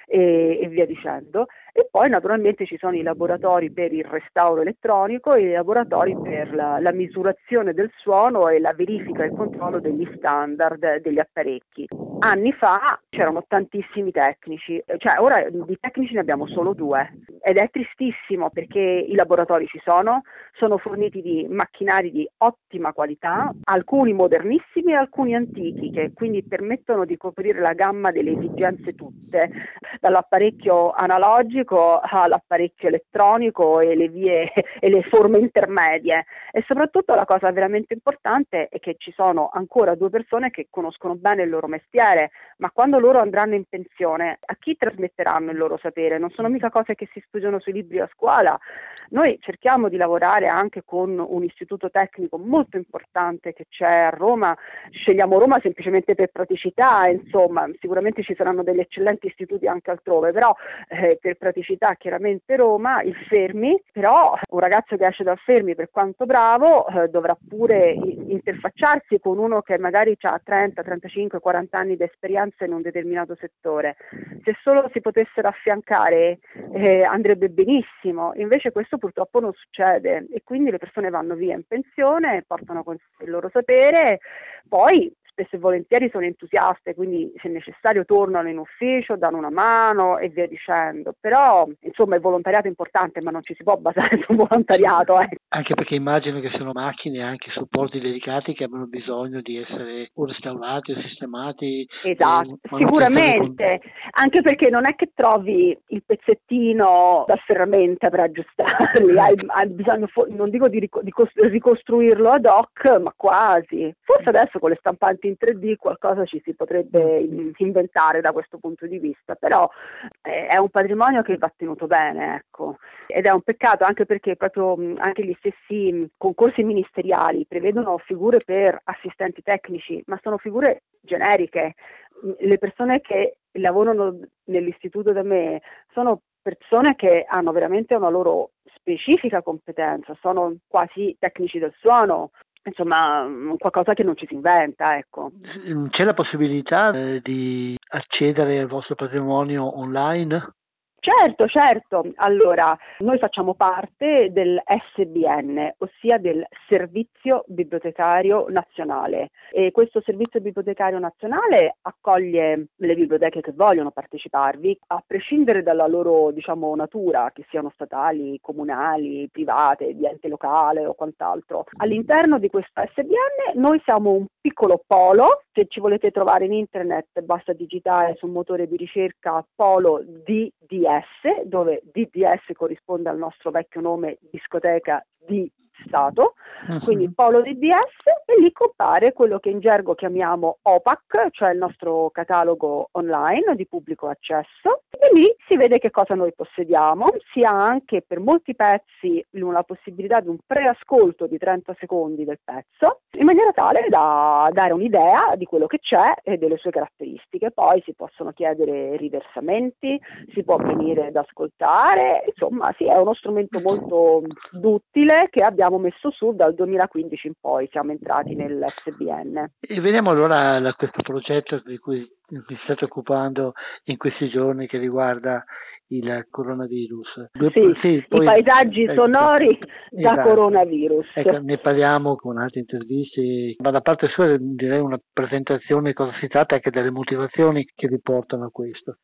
J: e, e via dicendo. E poi naturalmente ci sono i laboratori per il restauro elettronico e i laboratori per la, la misurazione del suono e la verifica e il controllo degli standard degli apparecchi. Anni fa c'erano tantissimi tecnici, cioè ora di tecnici ne abbiamo solo due ed è tristissimo perché i laboratori ci sono, sono forniti di macchinari di ottima qualità, alcuni modernissimi e alcuni antichi che quindi permettono di coprire la gamma delle esigenze tutte, dall'apparecchio analogico all'apparecchio elettronico e le vie e le forme intermedie. E soprattutto la cosa veramente importante è che ci sono ancora due persone che conoscono bene il loro mestiere, ma quando loro andranno in pensione a chi trasmetteranno il loro sapere? Non sono mica cose che si studiano sui libri a scuola. Noi cerchiamo di lavorare anche con un istituto tecnico molto importante che c'è a Roma, scegliamo Roma semplicemente per praticità, insomma sicuramente ci saranno degli eccellenti istituti anche altrove, però eh, per praticità chiaramente Roma, il Fermi, però un ragazzo che esce dal Fermi per quanto bravo eh, dovrà pure interfacciarsi con uno che magari ha trenta, trentacinque, quaranta anni di esperienza in un determinato settore. Se solo si potessero affiancare eh, andrebbe benissimo, invece questo purtroppo non succede e quindi le persone vanno via in pensione, portano con sé il loro sapere, poi spesso e volentieri sono entusiaste, quindi se necessario tornano in ufficio, danno una mano e via dicendo, però insomma il volontariato è importante ma non ci si può basare sul volontariato. Eh.
B: Anche perché immagino che siano macchine e anche supporti delicati che abbiano bisogno di essere o restaurati o sistemati.
J: Esatto, eh, sicuramente, con... anche perché non è che trovi il pezzettino da ferramenta per aggiustarli, hai, hai bisogno, non dico di ricostruirlo ad hoc, ma quasi. Forse adesso con le stampanti in tre D qualcosa ci si potrebbe inventare da questo punto di vista, però è un patrimonio che va tenuto bene, ecco, ed è un peccato anche perché proprio anche gli stessi concorsi ministeriali prevedono figure per assistenti tecnici, ma sono figure generiche. Le persone che lavorano nell'istituto da me sono persone che hanno veramente una loro specifica competenza, sono quasi tecnici del suono, insomma qualcosa che non ci si inventa, ecco.
B: C'è la possibilità eh, di accedere al vostro patrimonio online?
J: Certo, certo. Allora, noi facciamo parte del S B N, ossia del Servizio Bibliotecario Nazionale, e questo Servizio Bibliotecario Nazionale accoglie le biblioteche che vogliono parteciparvi, a prescindere dalla loro, diciamo, natura, che siano statali, comunali, private, di ente locale o quant'altro. All'interno di questo S B N noi siamo un piccolo polo, se ci volete trovare in internet basta digitare sul motore di ricerca polo D D S, dove D D S corrisponde al nostro vecchio nome discoteca di Stato, uh-huh. Quindi polo D D S, e lì compare quello che in gergo chiamiamo O P A C, cioè il nostro catalogo online di pubblico accesso, e lì si vede che cosa noi possediamo. Si ha anche per molti pezzi la possibilità di un preascolto di trenta secondi del pezzo, in maniera tale da dare un'idea di quello che c'è e delle sue caratteristiche. Poi si possono chiedere riversamenti, si può venire ad ascoltare, insomma sì, è uno strumento molto duttile che abbiamo messo su dal duemilaquindici in poi, siamo entrati nell'S B N.
B: E veniamo allora a questo progetto di cui vi state occupando in questi giorni, che riguarda il coronavirus.
J: Sì, sì, poi, i paesaggi ecco, sonori da
B: esatto.
J: Coronavirus.
B: Ecco, ne parliamo con altre interviste, ma da parte sua direi una presentazione, cosa si tratta, anche delle motivazioni che vi portano a questo.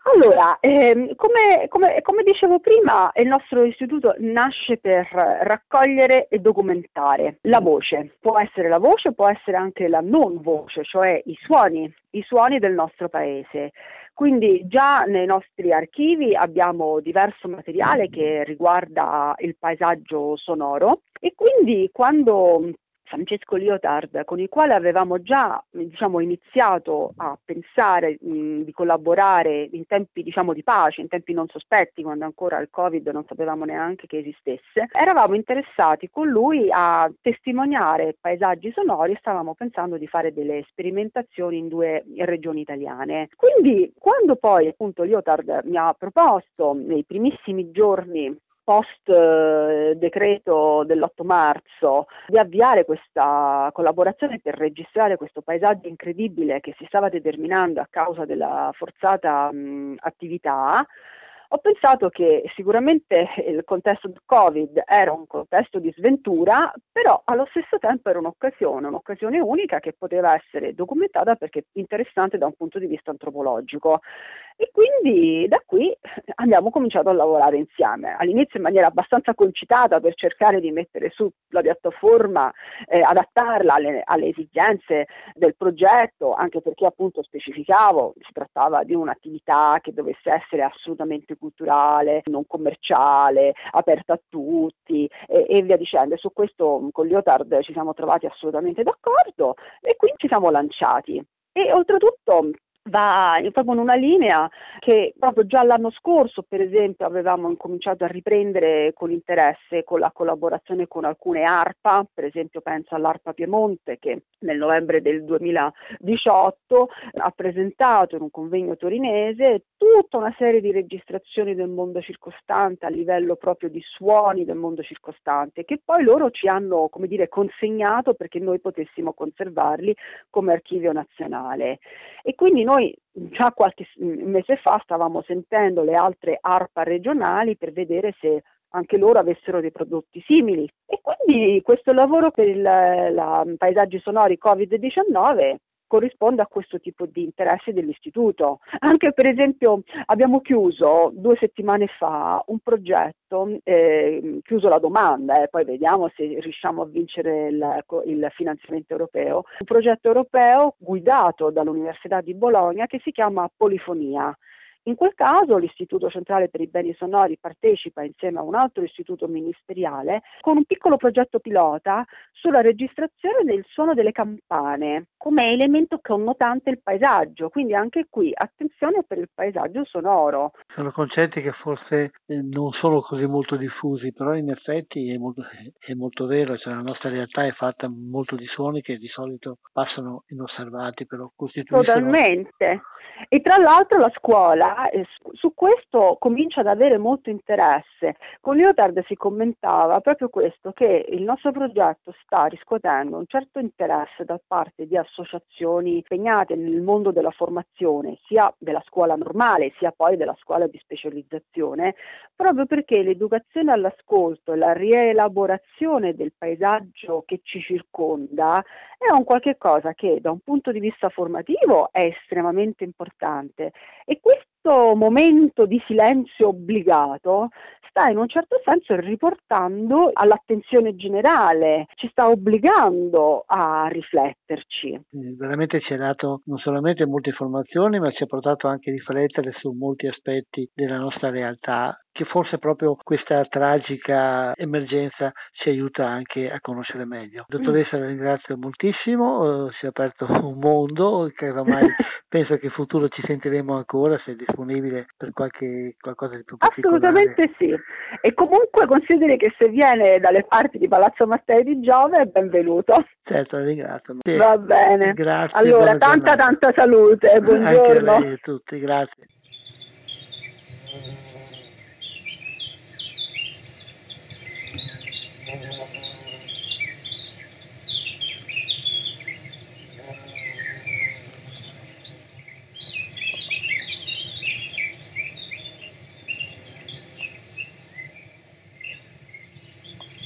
J: Allora, ehm, come, come, come dicevo prima, il nostro istituto nasce per raccogliere e documentare la voce. Può essere la voce, può essere anche la non voce, cioè i suoni, i suoni del nostro paese. Quindi già nei nostri archivi abbiamo diverso materiale che riguarda il paesaggio sonoro e quindi quando Francesco Liotard, con il quale avevamo già diciamo, iniziato a pensare mh, di collaborare in tempi diciamo, di pace, in tempi non sospetti, quando ancora il Covid non sapevamo neanche che esistesse, eravamo interessati con lui a testimoniare paesaggi sonori e stavamo pensando di fare delle sperimentazioni in due regioni italiane. Quindi quando poi appunto Liotard mi ha proposto nei primissimi giorni post eh, decreto dell'otto marzo di avviare questa collaborazione per registrare questo paesaggio incredibile che si stava determinando a causa della forzata mh, attività, ho pensato che sicuramente il contesto del Covid era un contesto di sventura, però allo stesso tempo era un'occasione, un'occasione unica che poteva essere documentata perché interessante da un punto di vista antropologico. E quindi da qui abbiamo cominciato a lavorare insieme, all'inizio in maniera abbastanza concitata per cercare di mettere su la piattaforma, eh, adattarla alle, alle esigenze del progetto, anche perché appunto specificavo, si trattava di un'attività che dovesse essere assolutamente culturale, non commerciale, aperta a tutti e, e via dicendo. Su questo con Liotard ci siamo trovati assolutamente d'accordo e quindi ci siamo lanciati. E oltretutto va proprio in una linea che proprio già l'anno scorso, per esempio, avevamo incominciato a riprendere con interesse con la collaborazione con alcune ARPA, per esempio penso all'ARPA Piemonte che nel novembre del duemiladiciotto ha presentato in un convegno torinese tutta una serie di registrazioni del mondo circostante a livello proprio di suoni del mondo circostante che poi loro ci hanno, come dire, consegnato perché noi potessimo conservarli come archivio nazionale. E quindi noi Noi già qualche mese fa stavamo sentendo le altre ARPA regionali per vedere se anche loro avessero dei prodotti simili. E quindi questo lavoro per il la, paesaggi sonori covid diciannove corrisponde a questo tipo di interessi dell'istituto. Anche per esempio abbiamo chiuso due settimane fa un progetto, eh, chiuso la domanda, eh, poi vediamo se riusciamo a vincere il, il finanziamento europeo, un progetto europeo guidato dall'Università di Bologna che si chiama Polifonia. In quel caso l'Istituto Centrale per i Beni Sonori partecipa insieme a un altro istituto ministeriale con un piccolo progetto pilota sulla registrazione del suono delle campane come elemento connotante il paesaggio, quindi anche qui attenzione per il paesaggio sonoro.
C: Sono concetti che forse non sono così molto diffusi, però in effetti è molto, è molto vero, cioè la nostra realtà è fatta molto di suoni che di solito passano inosservati, però costituiscono...
J: Totalmente. E tra l'altro la scuola eh, su questo comincia ad avere molto interesse. Con Liotard si commentava proprio questo, che il nostro progetto sta riscuotendo un certo interesse da parte di associazioni impegnate nel mondo della formazione, sia della scuola normale, sia poi della scuola di specializzazione, proprio perché l'educazione all'ascolto e la rielaborazione del paesaggio che ci circonda è un qualche cosa che da un punto di vista formativo è estremamente importante e questo momento di silenzio obbligato sta in un certo senso riportando all'attenzione generale, ci sta obbligando a rifletterci.
C: Veramente ci ha dato non solamente molte informazioni, ma ci ha portato anche a riflettere su molti aspetti della nostra realtà, che forse proprio questa tragica emergenza ci aiuta anche a conoscere meglio. Dottoressa, la ringrazio moltissimo, si è aperto un mondo che ormai penso che in futuro ci sentiremo ancora, se è disponibile per qualche qualcosa di più particolare.
J: Assolutamente sì, e comunque consideri che se viene dalle parti di Palazzo Mastei di Giove è benvenuto.
C: Certo, la ringrazio.
J: Sì. Va bene,
C: grazie.
J: Allora, tanta giornata. tanta salute, buongiorno.
C: Anche a lei e a tutti, grazie.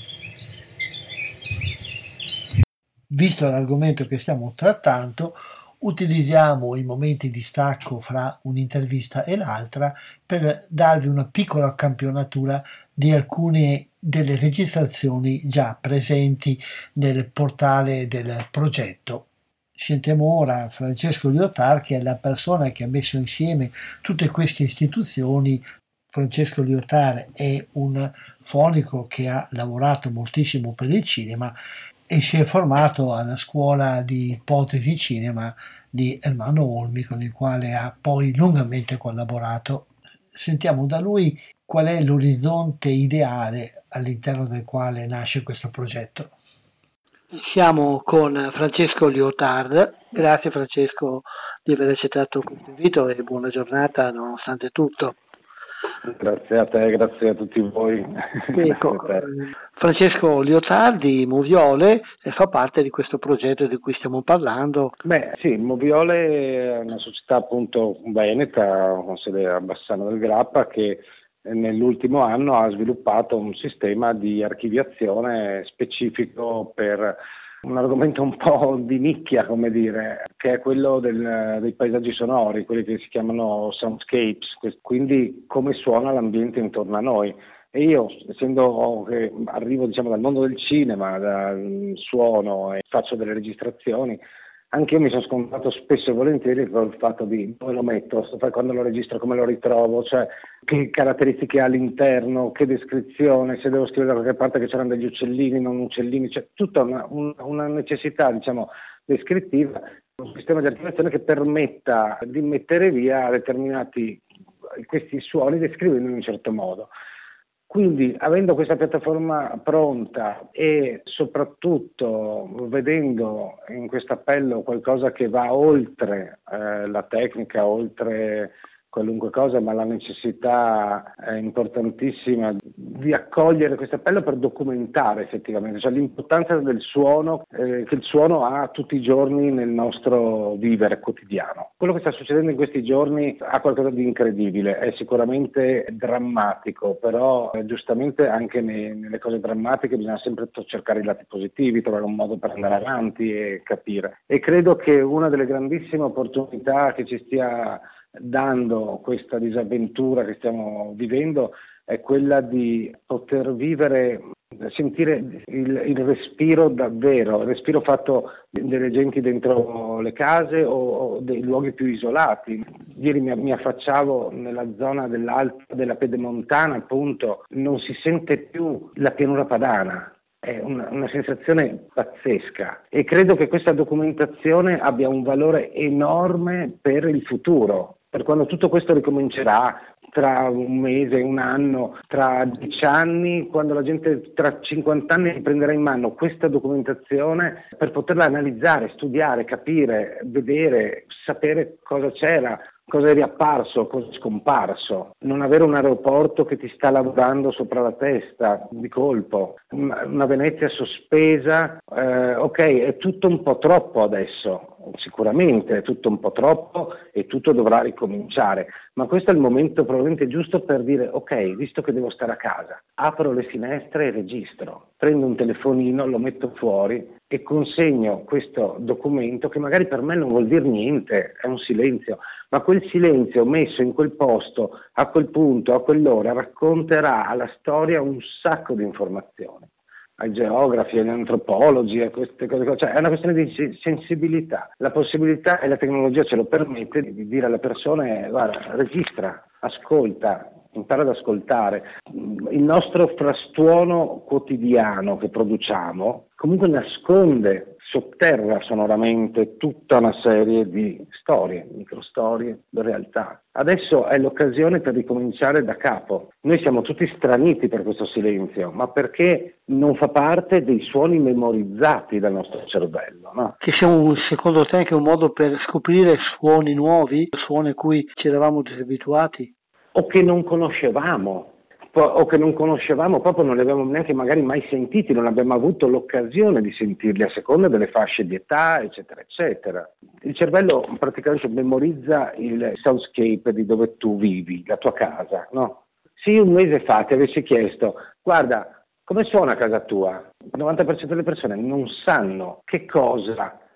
B: Visto l'argomento che stiamo trattando, utilizziamo i momenti di stacco fra un'intervista e l'altra per darvi una piccola campionatura di alcune delle registrazioni già presenti nel portale del progetto. Sentiamo ora Francesco Liotard, che è la persona che ha messo insieme tutte queste istituzioni. Francesco Liotard è un fonico che ha lavorato moltissimo per il cinema e si è formato alla scuola di ipotesi cinema di Ermanno Olmi, con il quale ha poi lungamente collaborato. Sentiamo da lui qual è l'orizzonte ideale all'interno del quale nasce questo progetto.
C: Siamo con Francesco Liotard. Grazie Francesco di aver accettato questo invito e buona giornata nonostante tutto.
D: Grazie a te, grazie a tutti voi.
C: Ecco, Francesco Liotard di Moviole fa parte di questo progetto di cui stiamo parlando.
D: Beh sì, Moviole è una società appunto veneta con sede a Bassano del Grappa che nell'ultimo anno ha sviluppato un sistema di archiviazione specifico per un argomento un po' di nicchia, come dire, che è quello del, dei paesaggi sonori, quelli che si chiamano soundscapes, quindi come suona l'ambiente intorno a noi. E io, essendo che arrivo diciamo dal mondo del cinema, dal suono e faccio delle registrazioni, anche io mi sono scontrato spesso e volentieri col fatto di dove lo metto, quando lo registro, come lo ritrovo, cioè che caratteristiche ha all'interno, che descrizione, se devo scrivere da qualche parte che c'erano degli uccellini, non uccellini, cioè tutta una, una necessità diciamo descrittiva, un sistema di archiviazione che permetta di mettere via determinati questi suoni descrivendoli in un certo modo. Quindi, avendo questa piattaforma pronta e soprattutto vedendo in questo appello qualcosa che va oltre eh, la tecnica, oltre qualunque cosa, ma la necessità è importantissima di accogliere questo appello per documentare effettivamente, cioè l'importanza del suono eh, che il suono ha tutti i giorni nel nostro vivere quotidiano. Quello che sta succedendo in questi giorni ha qualcosa di incredibile, è sicuramente drammatico, però eh, giustamente anche ne, nelle cose drammatiche bisogna sempre cercare i lati positivi, trovare un modo per andare avanti e capire. E credo che una delle grandissime opportunità che ci stia dando questa disavventura che stiamo vivendo è quella di poter vivere, sentire il, il respiro davvero, il respiro fatto delle genti dentro le case o, o dei luoghi più isolati. Ieri mi, mi affacciavo nella zona dell'alta della Pedemontana, appunto, non si sente più la pianura padana. È una, una sensazione pazzesca e credo che questa documentazione abbia un valore enorme per il futuro, per quando tutto questo ricomincerà tra un mese, un anno, tra dieci anni, quando la gente tra cinquanta anni prenderà in mano questa documentazione per poterla analizzare, studiare, capire, vedere, sapere cosa c'era, cosa è riapparso, cosa è scomparso. Non avere un aeroporto che ti sta lavorando sopra la testa di colpo, una Venezia sospesa, eh, ok, è tutto un po' troppo adesso, sicuramente è tutto un po' troppo e tutto dovrà ricominciare, ma questo è il momento probabilmente giusto per dire ok, visto che devo stare a casa, apro le finestre e registro, prendo un telefonino, lo metto fuori e consegno questo documento che magari per me non vuol dire niente, è un silenzio, ma quel silenzio messo in quel posto, a quel punto, a quell'ora, racconterà alla storia un sacco di informazioni, ai geografi, agli antropologi, a queste cose, cioè è una questione di sensibilità. La possibilità, e la tecnologia ce lo permette, di dire alle persone, guarda, registra, ascolta, impara ad ascoltare. Il nostro frastuono quotidiano che produciamo comunque nasconde, sotterra sonoramente tutta una serie di storie, microstorie, realtà. Adesso è l'occasione per ricominciare da capo. Noi siamo tutti straniti per questo silenzio, ma perché non fa parte dei suoni memorizzati dal nostro cervello, no?
C: Che sia un, secondo te anche un modo per scoprire suoni nuovi, suoni a cui ci eravamo disabituati?
D: O che non conoscevamo. o che non conoscevamo, proprio non li avevamo neanche magari mai sentiti, non abbiamo avuto l'occasione di sentirli a seconda delle fasce di età, eccetera, eccetera. Il cervello praticamente memorizza il soundscape di dove tu vivi, la tua casa, no? Se io un mese fa ti avessi chiesto, guarda, come suona a casa tua? Il novanta per cento delle persone non sanno che cosa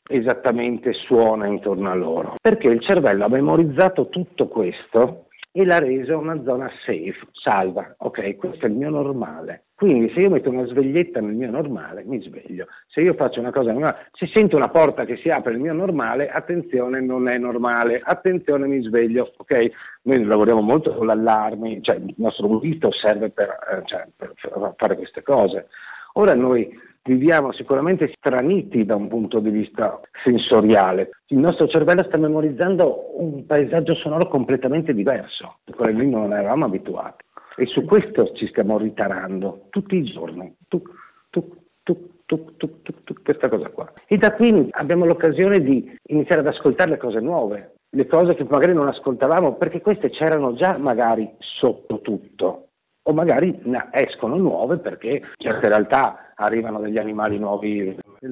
D: esattamente suona intorno a loro, perché il cervello ha memorizzato tutto questo e l'ha reso una zona safe, salva. Ok, questo è il mio normale. Quindi se io metto una sveglietta nel mio normale, mi sveglio. Se io faccio una cosa normale, se sento una porta che si apre nel mio normale, attenzione, non è normale, attenzione, mi sveglio. Ok? Noi lavoriamo molto con l'allarme, cioè il nostro udito serve per, eh, cioè, per fare queste cose. Ora noi viviamo sicuramente straniti da un punto di vista sensoriale. Il nostro cervello sta memorizzando un paesaggio sonoro completamente diverso, a cui noi non eravamo abituati. E su questo ci stiamo ritarando tutti i giorni. Tu, tu, tu, tu, tu, tu, tu, questa cosa qua. E da qui abbiamo l'occasione di iniziare ad ascoltare le cose nuove, le cose che magari non ascoltavamo, perché queste c'erano già magari sotto tutto. O magari escono nuove perché certe realtà arrivano degli animali nuovi,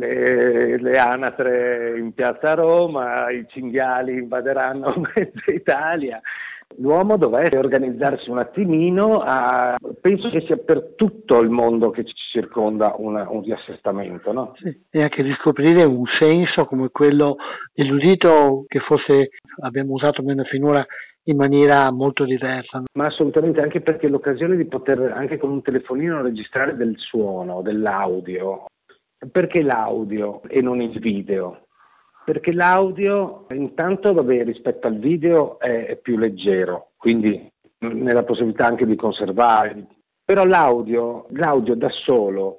D: le, le anatre in piazza Roma, i cinghiali invaderanno mezza Italia. L'uomo dovrebbe organizzarsi un attimino, a, penso che sia per tutto il mondo che ci circonda una, un riassestamento, no?
C: Sì, e anche riscoprire un senso come quello dell'udito che forse abbiamo usato meno finora in maniera molto diversa.
D: Ma assolutamente, anche perché l'occasione di poter anche con un telefonino registrare del suono, dell'audio. Perché l'audio e non il video? Perché l'audio intanto vabbè, rispetto al video è, è più leggero, quindi nella possibilità anche di conservare. Però l'audio, l'audio da solo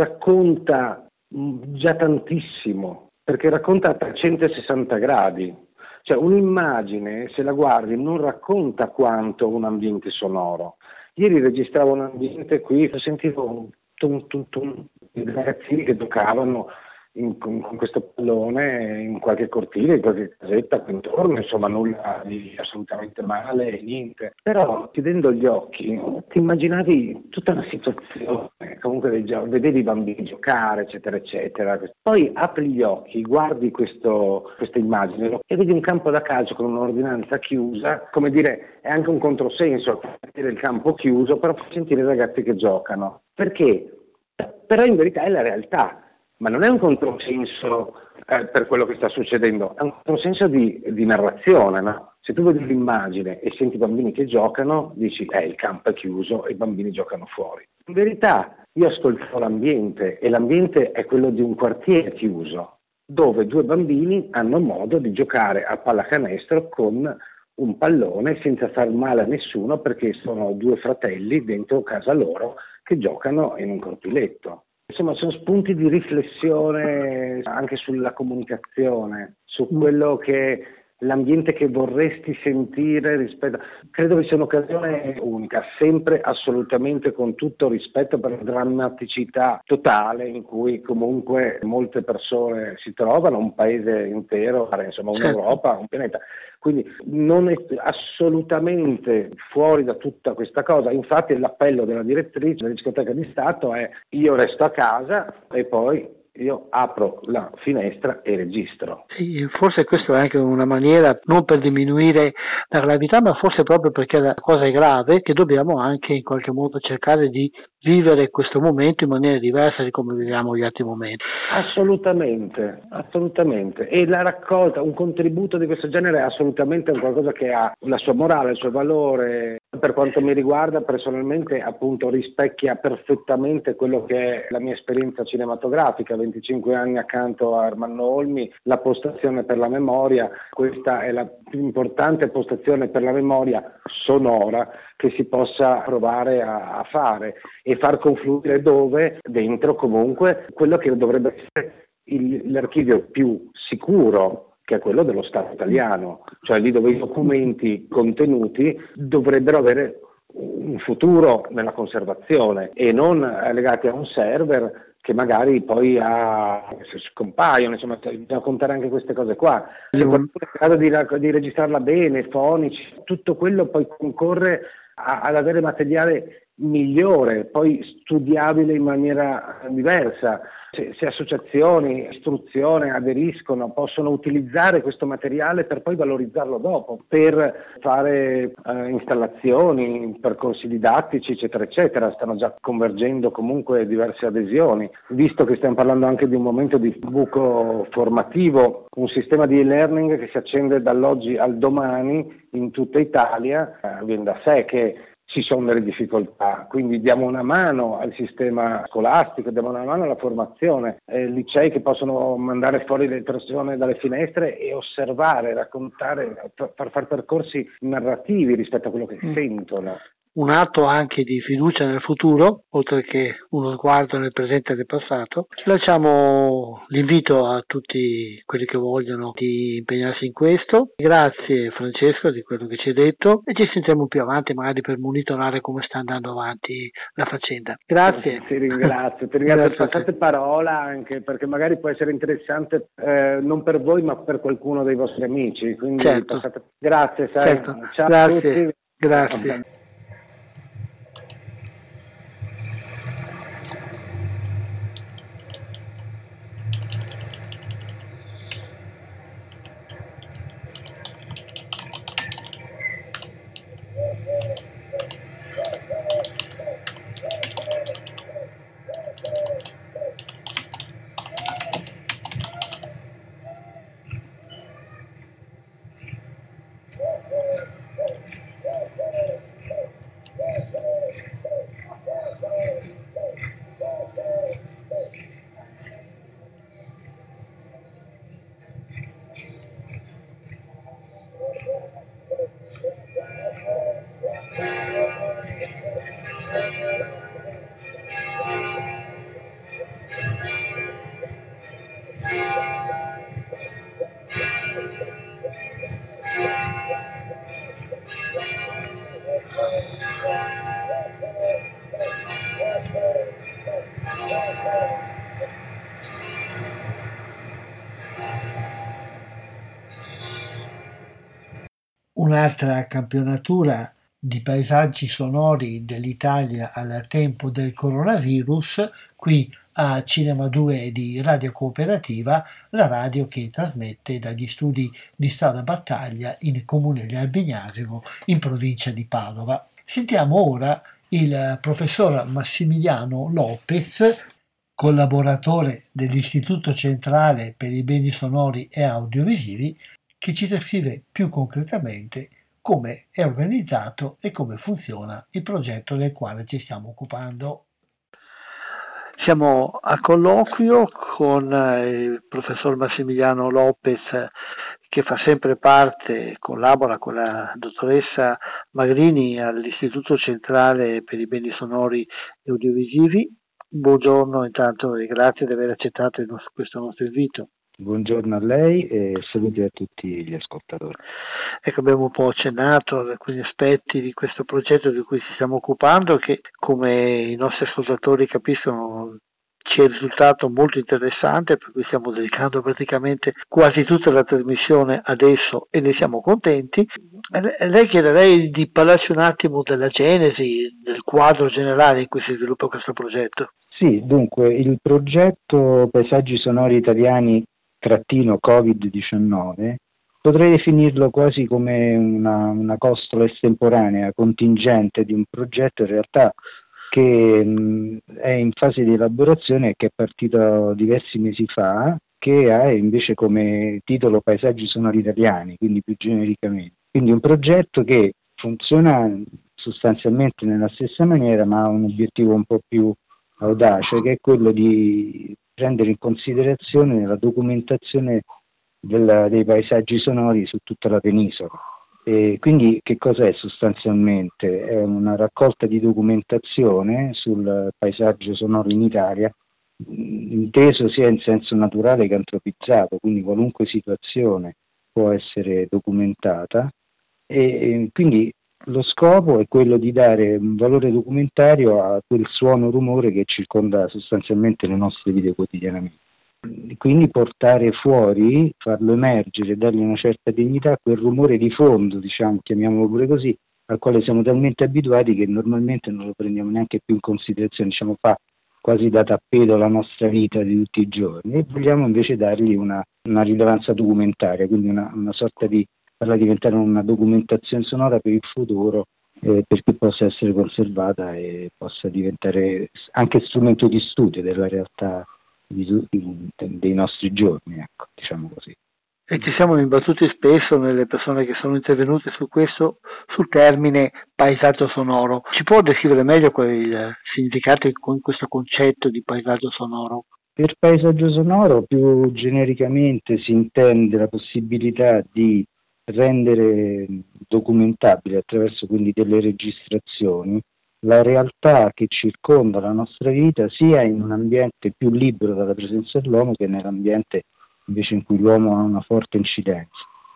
D: racconta già tantissimo, perché racconta a trecentosessanta gradi. Cioè un'immagine, se la guardi, non racconta quanto un ambiente sonoro. Ieri registravo un ambiente qui, sentivo un tum tum tum di ragazzini che giocavano in, con, con questo pallone in qualche cortile, in qualche casetta qui intorno, insomma nulla di assolutamente male, niente. Però chiudendo gli occhi ti immaginavi tutta una situazione, comunque vedevi i bambini giocare, eccetera, eccetera. Poi apri gli occhi, guardi questo, questa immagine e vedi un campo da calcio con un'ordinanza chiusa, come dire, è anche un controsenso vedere il campo chiuso, però fai sentire i ragazzi che giocano. Perché? Però in verità è la realtà. Ma non è un controsenso eh, per quello che sta succedendo, è un controsenso di, di narrazione, no? Se tu vedi l'immagine e senti i bambini che giocano, dici eh, il campo è chiuso e i bambini giocano fuori. In verità io ascolto l'ambiente e l'ambiente è quello di un quartiere chiuso, dove due bambini hanno modo di giocare a pallacanestro con un pallone senza far male a nessuno, perché sono due fratelli dentro casa loro che giocano in un cortiletto. Insomma, sono spunti di riflessione anche sulla comunicazione, su quello che l'ambiente che vorresti sentire rispetto. Credo che sia un'occasione unica, sempre assolutamente con tutto rispetto per la drammaticità totale in cui comunque molte persone si trovano, un paese intero, insomma un'Europa, un pianeta. Quindi non è assolutamente fuori da tutta questa cosa. Infatti l'appello della direttrice della discoteca di Stato è: io resto a casa e poi io apro la finestra e registro.
C: Sì, forse questa è anche una maniera, non per diminuire la gravità, ma forse proprio perché la cosa è grave, che dobbiamo anche in qualche modo cercare di vivere questo momento in maniera diversa di come viviamo gli altri momenti.
D: Assolutamente, assolutamente. E la raccolta, un contributo di questo genere è assolutamente qualcosa che ha la sua morale, il suo valore. Per quanto mi riguarda personalmente, appunto, rispecchia perfettamente quello che è la mia esperienza cinematografica, venticinque anni accanto a Ermanno Olmi, la postazione per la memoria. Questa è la più importante postazione per la memoria sonora che si possa provare a, a fare e far confluire dove dentro comunque quello che dovrebbe essere il, l'archivio più sicuro, che è quello dello Stato italiano, cioè lì dove i documenti contenuti dovrebbero avere un futuro nella conservazione e non legati a un server che magari poi ha, scompaiono, insomma bisogna contare anche queste cose qua. Se qualcuno è in grado di, di registrarla bene, fonici, tutto quello poi concorre a, ad avere materiale
K: migliore, poi studiabile in maniera diversa. Se, se associazioni, istruzione aderiscono, possono utilizzare questo materiale per poi valorizzarlo dopo, per fare eh, installazioni, percorsi didattici, eccetera, eccetera. Stanno già convergendo comunque diverse adesioni. Visto che stiamo parlando anche di un momento di buco formativo, un sistema di e-learning che si accende dall'oggi al domani in tutta Italia, eh, viene da sé che ci sono delle difficoltà, quindi diamo una mano al sistema scolastico, diamo una mano alla formazione, eh, licei che possono mandare fuori le persone dalle finestre e osservare, raccontare, far fare percorsi narrativi rispetto a quello che mm. sentono.
C: Un atto anche di fiducia nel futuro, oltre che uno sguardo nel presente e nel passato. Lasciamo l'invito a tutti quelli che vogliono di impegnarsi in questo. Grazie Francesco di quello che ci hai detto e ci sentiamo più avanti magari per monitorare come sta andando avanti la faccenda. Grazie.
K: Ti ringrazio, ti ringrazio. Passate parola anche perché magari può essere interessante eh, non per voi ma per qualcuno dei vostri amici. Quindi
C: certo.
K: passate... Grazie, sai.
C: Certo.
K: Ciao
C: Grazie.
K: a tutti.
C: Grazie. Un'altra campionatura di paesaggi sonori dell'Italia al tempo del coronavirus, qui a Cinema due di Radio Cooperativa, la radio che trasmette dagli studi di Strada Battaglia in Comune di Albignasego, in provincia di Padova. Sentiamo ora il professor Massimiliano Lopez, collaboratore dell'Istituto Centrale per i Beni Sonori e Audiovisivi, che ci descrive più concretamente come è organizzato e come funziona il progetto del quale ci stiamo occupando. Siamo a colloquio con il professor Massimiliano Lopez, che fa sempre parte, collabora con la dottoressa Magrini all'Istituto Centrale per i Beni Sonori e Audiovisivi. Buongiorno intanto e grazie di aver accettato il nostro, questo nostro invito.
L: Buongiorno a lei e saluti a tutti gli ascoltatori.
C: Ecco, abbiamo un po' accennato ad alcuni aspetti di questo progetto di cui ci stiamo occupando, che come i nostri ascoltatori capiscono ci è risultato molto interessante, per cui stiamo dedicando praticamente quasi tutta la trasmissione adesso e ne siamo contenti. E lei chiederei di parlarci un attimo della genesi, del quadro generale in cui si sviluppa questo progetto.
L: Sì, dunque il progetto Paesaggi Sonori Italiani trattino covid diciannove potrei definirlo quasi come una, una costola estemporanea, contingente di un progetto in realtà che mh, è in fase di elaborazione e che è partito diversi mesi fa, che ha invece come titolo Paesaggi Sonori Italiani, quindi più genericamente. Quindi un progetto che funziona sostanzialmente nella stessa maniera, ma ha un obiettivo un po' più audace, che è quello di prendere in considerazione la documentazione della, dei paesaggi sonori su tutta la penisola. E quindi che cos'è sostanzialmente? È una raccolta di documentazione sul paesaggio sonoro in Italia, inteso sia in senso naturale che antropizzato, quindi qualunque situazione può essere documentata, e quindi lo scopo è quello di dare un valore documentario a quel suono rumore che circonda sostanzialmente le nostre vite quotidianamente. Quindi portare fuori, farlo emergere, dargli una certa dignità a quel rumore di fondo, diciamo, chiamiamolo pure così, al quale siamo talmente abituati che normalmente non lo prendiamo neanche più in considerazione, diciamo fa quasi da tappeto la nostra vita di tutti i giorni, e vogliamo invece dargli una, una rilevanza documentaria, quindi una, una sorta di farla diventare una documentazione sonora per il futuro, eh, perché possa essere conservata e possa diventare anche strumento di studio della realtà di, di, dei nostri giorni, ecco, diciamo così.
C: E ci siamo imbattuti spesso nelle persone che sono intervenute su questo, sul termine paesaggio sonoro. Ci può descrivere meglio quel significato con questo concetto di paesaggio sonoro?
L: Per paesaggio sonoro più genericamente si intende la possibilità di rendere documentabile attraverso quindi delle registrazioni la realtà che circonda la nostra vita, sia in un ambiente più libero dalla presenza dell'uomo che nell'ambiente invece in cui l'uomo ha una forte incidenza.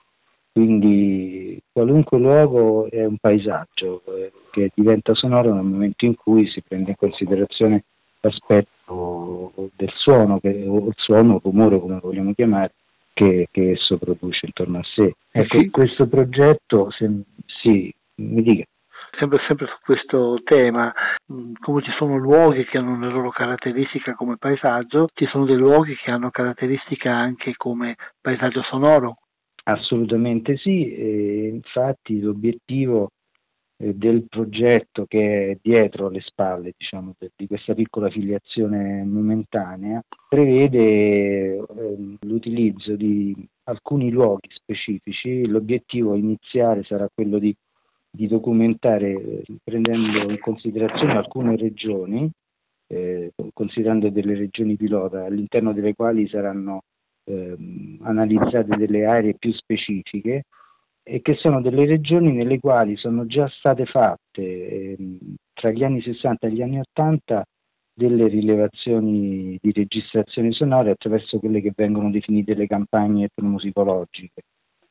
L: Quindi qualunque luogo è un paesaggio eh, che diventa sonoro nel momento in cui si prende in considerazione l'aspetto del suono, che, o il suono, o rumore come vogliamo chiamare, che, che esso produce intorno a sé. Ecco, sì. Questo progetto, se, sì, mi dica.
C: Sempre, sempre su questo tema, come ci sono luoghi che hanno le loro caratteristiche come paesaggio, ci sono dei luoghi che hanno caratteristiche anche come paesaggio sonoro?
L: Assolutamente sì, e infatti l'obiettivo eh, del progetto che è dietro le spalle, diciamo, di questa piccola filiazione momentanea, prevede eh, l'utilizzo di alcuni luoghi specifici. L'obiettivo iniziale sarà quello di di documentare, prendendo in considerazione alcune regioni, eh, considerando delle regioni pilota all'interno delle quali saranno eh, analizzate delle aree più specifiche, e che sono delle regioni nelle quali sono già state fatte eh, tra gli anni sessanta e gli anni ottanta delle rilevazioni di registrazioni sonore attraverso quelle che vengono definite le campagne etnomusicologiche.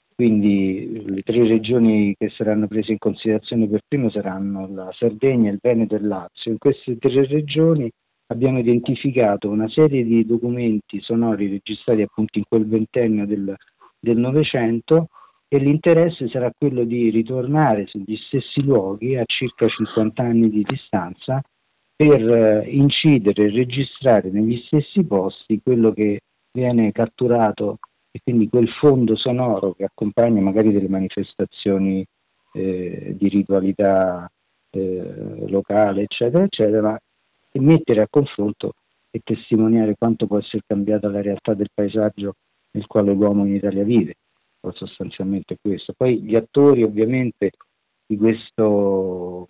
L: Quindi le tre regioni che saranno prese in considerazione per primo saranno la Sardegna, il Veneto e il Lazio. In queste tre regioni abbiamo identificato una serie di documenti sonori registrati appunto in quel ventennio del, del Novecento, e l'interesse sarà quello di ritornare sugli stessi luoghi a circa cinquanta anni di distanza per eh, incidere e registrare negli stessi posti quello che viene catturato, e quindi quel fondo sonoro che accompagna magari delle manifestazioni eh, di ritualità eh, locale, eccetera, eccetera, e mettere a confronto e testimoniare quanto può essere cambiata la realtà del paesaggio nel quale l'uomo in Italia vive, o sostanzialmente questo. Poi gli attori ovviamente di questo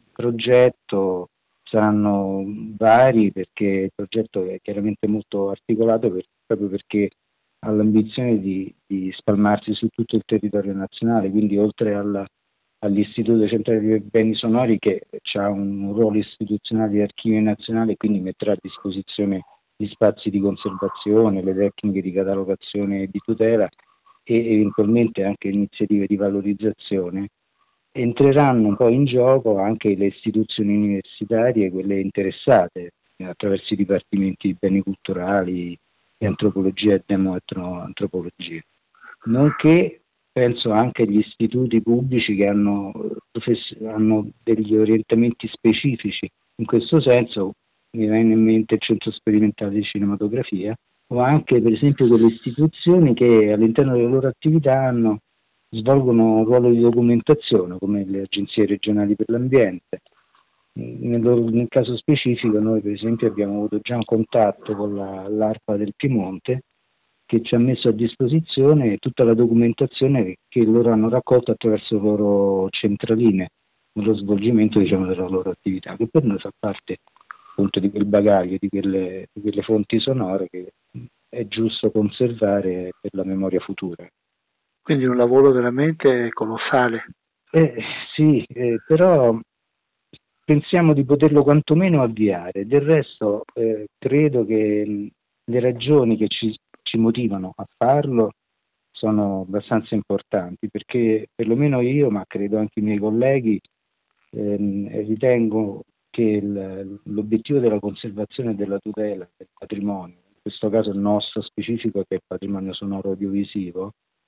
L: progetto saranno vari, perché il progetto è chiaramente molto articolato per, proprio perché ha l'ambizione di, di spalmarsi su tutto il territorio nazionale, quindi oltre alla, all'Istituto Centrale dei Beni Sonori, che ha un ruolo istituzionale di archivio nazionale, quindi metterà a disposizione gli spazi di conservazione, le tecniche di catalogazione e di tutela e eventualmente anche iniziative di valorizzazione, entreranno un po' in gioco anche le istituzioni universitarie, quelle interessate attraverso i dipartimenti di beni culturali, di antropologia e demoetnoantropologia, nonché penso anche agli istituti pubblici che hanno, hanno degli orientamenti specifici. In questo senso mi viene in mente il Centro Sperimentale di Cinematografia, o anche per esempio quelle istituzioni che all'interno delle loro attività hanno, svolgono un ruolo di documentazione, come le agenzie regionali per l'ambiente. Nel, nel caso specifico noi per esempio abbiamo avuto già un contatto con la, l'ARPA del Piemonte, che ci ha messo a disposizione tutta la documentazione che loro hanno raccolto attraverso le loro centraline nello svolgimento, diciamo, della loro attività, che per noi fa parte appunto di quel bagaglio, di quelle, di quelle fonti sonore che è giusto conservare per la memoria futura.
C: Quindi un lavoro veramente colossale.
L: Eh, sì, eh, però pensiamo di poterlo quantomeno avviare. Del resto eh, credo che le ragioni che ci, ci motivano a farlo sono abbastanza importanti, perché perlomeno io, ma credo anche i miei colleghi, ehm, ritengo che il, l'obiettivo della conservazione e della tutela del patrimonio, in questo caso il nostro specifico che è il patrimonio sonoro audiovisivo,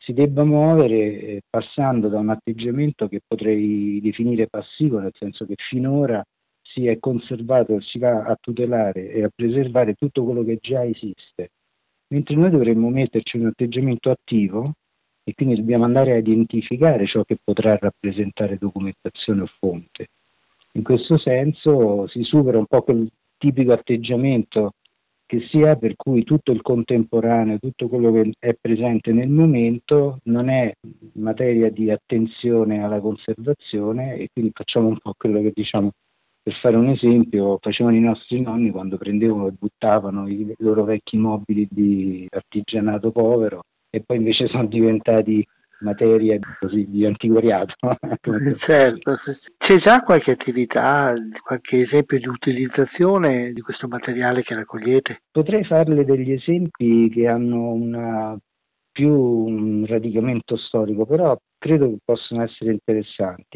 L: si debba muovere eh, passando da un atteggiamento che potrei definire passivo, nel senso che finora si è conservato, si va a tutelare e a preservare tutto quello che già esiste, mentre noi dovremmo metterci un atteggiamento attivo e quindi dobbiamo andare a identificare ciò che potrà rappresentare documentazione o fonte. In questo senso si supera un po' quel tipico atteggiamento che si ha, per cui tutto il contemporaneo, tutto quello che è presente nel momento non è materia di attenzione alla conservazione, e quindi facciamo un po' quello che, diciamo, per fare un esempio, facevano i nostri nonni quando prendevano e buttavano i loro vecchi mobili di artigianato povero, e poi invece sono diventati materia così di antiquariato.
C: Certo, c'è già qualche attività, qualche esempio di utilizzazione di questo materiale che raccogliete?
L: Potrei farle degli esempi che hanno una più un radicamento storico, però credo che possano essere interessanti.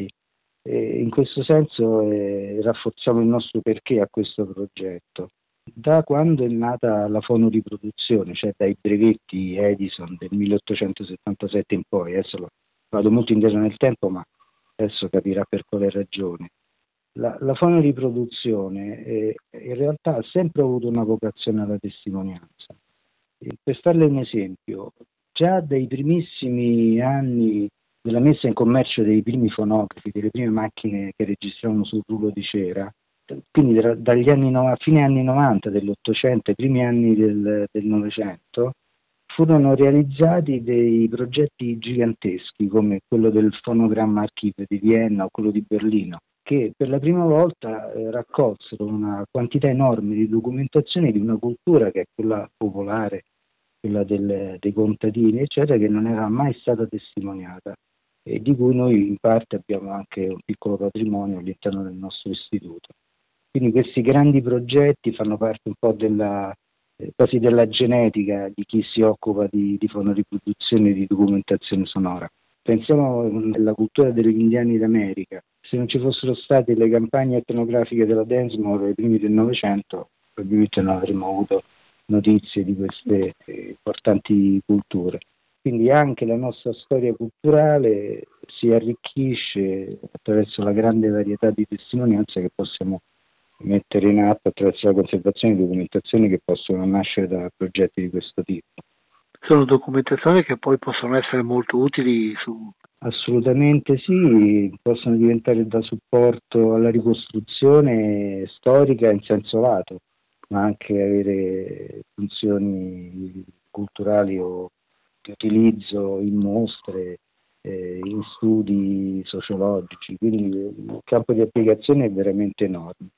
L: E in questo senso eh, rafforziamo il nostro perché a questo progetto. Da quando è nata la fonoriproduzione, cioè dai brevetti Edison del milleottocentosettantasette in poi, adesso lo, vado molto indietro nel tempo, ma adesso capirà per quale ragione. La, la fonoriproduzione eh, in realtà ha sempre avuto una vocazione alla testimonianza. E per farle un esempio, già dai primissimi anni della messa in commercio dei primi fonografi, delle prime macchine che registravano sul rullo di cera, quindi dagli anni a fine anni novanta dell'Ottocento ai primi anni del, del Novecento, furono realizzati dei progetti giganteschi come quello del Phonogram Archive di Vienna o quello di Berlino, che per la prima volta eh, raccolsero una quantità enorme di documentazione di una cultura che è quella popolare, quella del, dei contadini, eccetera, che non era mai stata testimoniata e di cui noi in parte abbiamo anche un piccolo patrimonio all'interno del nostro istituto. Quindi questi grandi progetti fanno parte un po' della, eh, quasi della genetica di chi si occupa di, di fonoriproduzione e di documentazione sonora. Pensiamo alla cultura degli indiani d'America. Se non ci fossero state le campagne etnografiche della Densmore ai primi del Novecento, probabilmente non avremmo avuto notizie di queste eh, importanti culture. Quindi anche la nostra storia culturale si arricchisce attraverso la grande varietà di testimonianze che possiamo mettere in atto attraverso la conservazione e documentazione che possono nascere da progetti di questo tipo.
C: Sono documentazioni che poi possono essere molto utili su...
L: Assolutamente sì, possono diventare da supporto alla ricostruzione storica in senso lato, ma anche avere funzioni culturali o di utilizzo in mostre, eh, in studi sociologici, quindi il campo di applicazione è veramente enorme.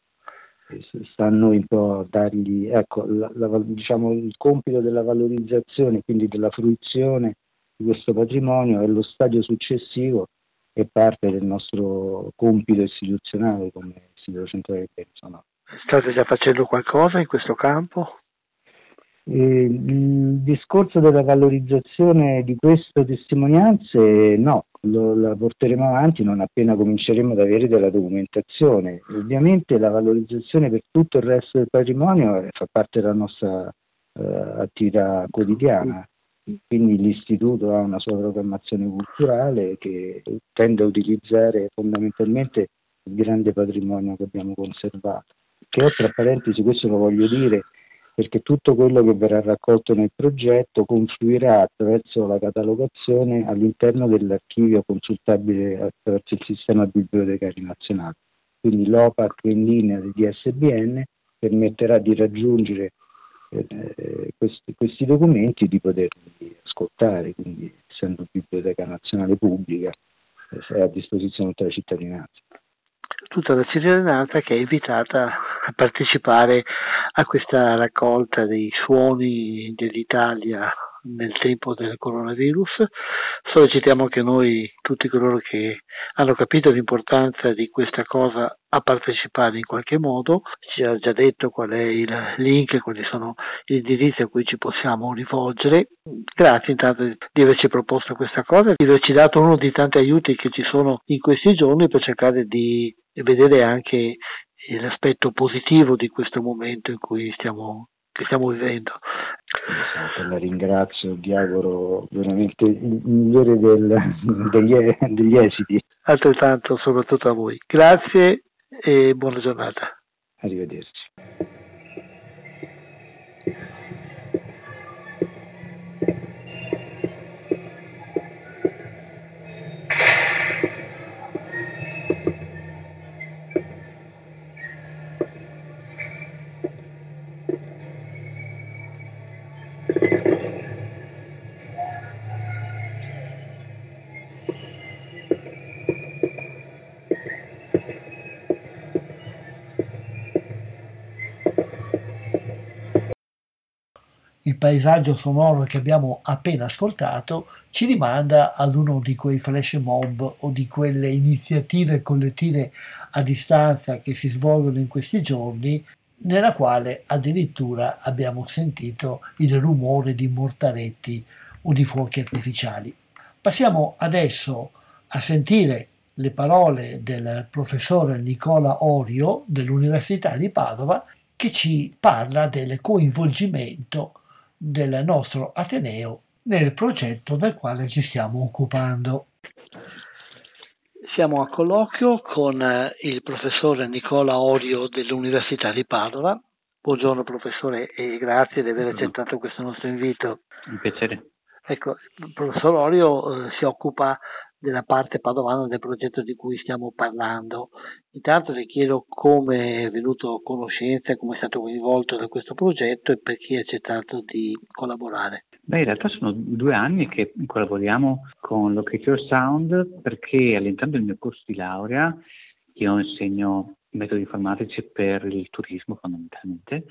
L: Sta a noi un po' dargli, ecco, la, la, diciamo, il compito della valorizzazione, quindi della fruizione di questo patrimonio è lo stadio successivo e parte del nostro compito istituzionale come Istituto Centrale del Beni Sonori.
C: State già facendo qualcosa in questo campo?
L: Eh, il discorso della valorizzazione di queste testimonianze no, lo, la porteremo avanti non appena cominceremo ad avere della documentazione. Ovviamente la valorizzazione per tutto il resto del patrimonio fa parte della nostra eh, attività quotidiana, quindi l'istituto ha una sua programmazione culturale che tende a utilizzare fondamentalmente il grande patrimonio che abbiamo conservato, che ho, tra parentesi, questo lo voglio dire perché tutto quello che verrà raccolto nel progetto confluirà attraverso la catalogazione all'interno dell'archivio consultabile attraverso il sistema bibliotecari nazionale. Quindi l'O P A C in linea di D S B N permetterà di raggiungere eh, questi, questi documenti e di poterli ascoltare, quindi essendo biblioteca nazionale pubblica eh, è a disposizione tutta la cittadinanza.
C: Tutta la cittadinanza che è invitata a partecipare a questa raccolta dei suoni dell'Italia nel tempo del coronavirus. Sollecitiamo anche noi, tutti coloro che hanno capito l'importanza di questa cosa, a partecipare in qualche modo. Ci ha già detto qual è il link, quali sono gli indirizzi a cui ci possiamo rivolgere. Grazie intanto di averci proposto questa cosa, di averci dato uno dei tanti aiuti che ci sono in questi giorni per cercare di vedere anche l'aspetto positivo di questo momento in cui stiamo che stiamo vivendo.
L: La ringrazio, vi auguro veramente il migliore del, degli, degli esiti.
C: Altrettanto, soprattutto a voi. Grazie e buona giornata.
L: Arrivederci.
B: Il paesaggio sonoro che abbiamo appena ascoltato ci rimanda ad uno di quei flash mob o di quelle iniziative collettive a distanza che si svolgono in questi giorni, nella quale addirittura abbiamo sentito il rumore di mortaretti o di fuochi artificiali. Passiamo adesso a sentire le parole del professore Nicola Orio dell'Università di Padova, che ci parla del coinvolgimento del nostro Ateneo nel progetto del quale ci stiamo occupando.
C: Siamo a colloquio con il professore Nicola Orio dell'Università di Padova. Buongiorno professore e grazie di aver accettato questo nostro invito.
M: Un piacere.
C: Ecco, il professor Orio eh, si occupa della parte padovana del progetto di cui stiamo parlando. Intanto le chiedo come è venuto a conoscenza, come è stato coinvolto da questo progetto e perché ha accettato di collaborare.
M: Beh, in realtà sono due anni che collaboriamo con Locator Sound, perché all'interno del mio corso di laurea io insegno metodi informatici per il turismo fondamentalmente,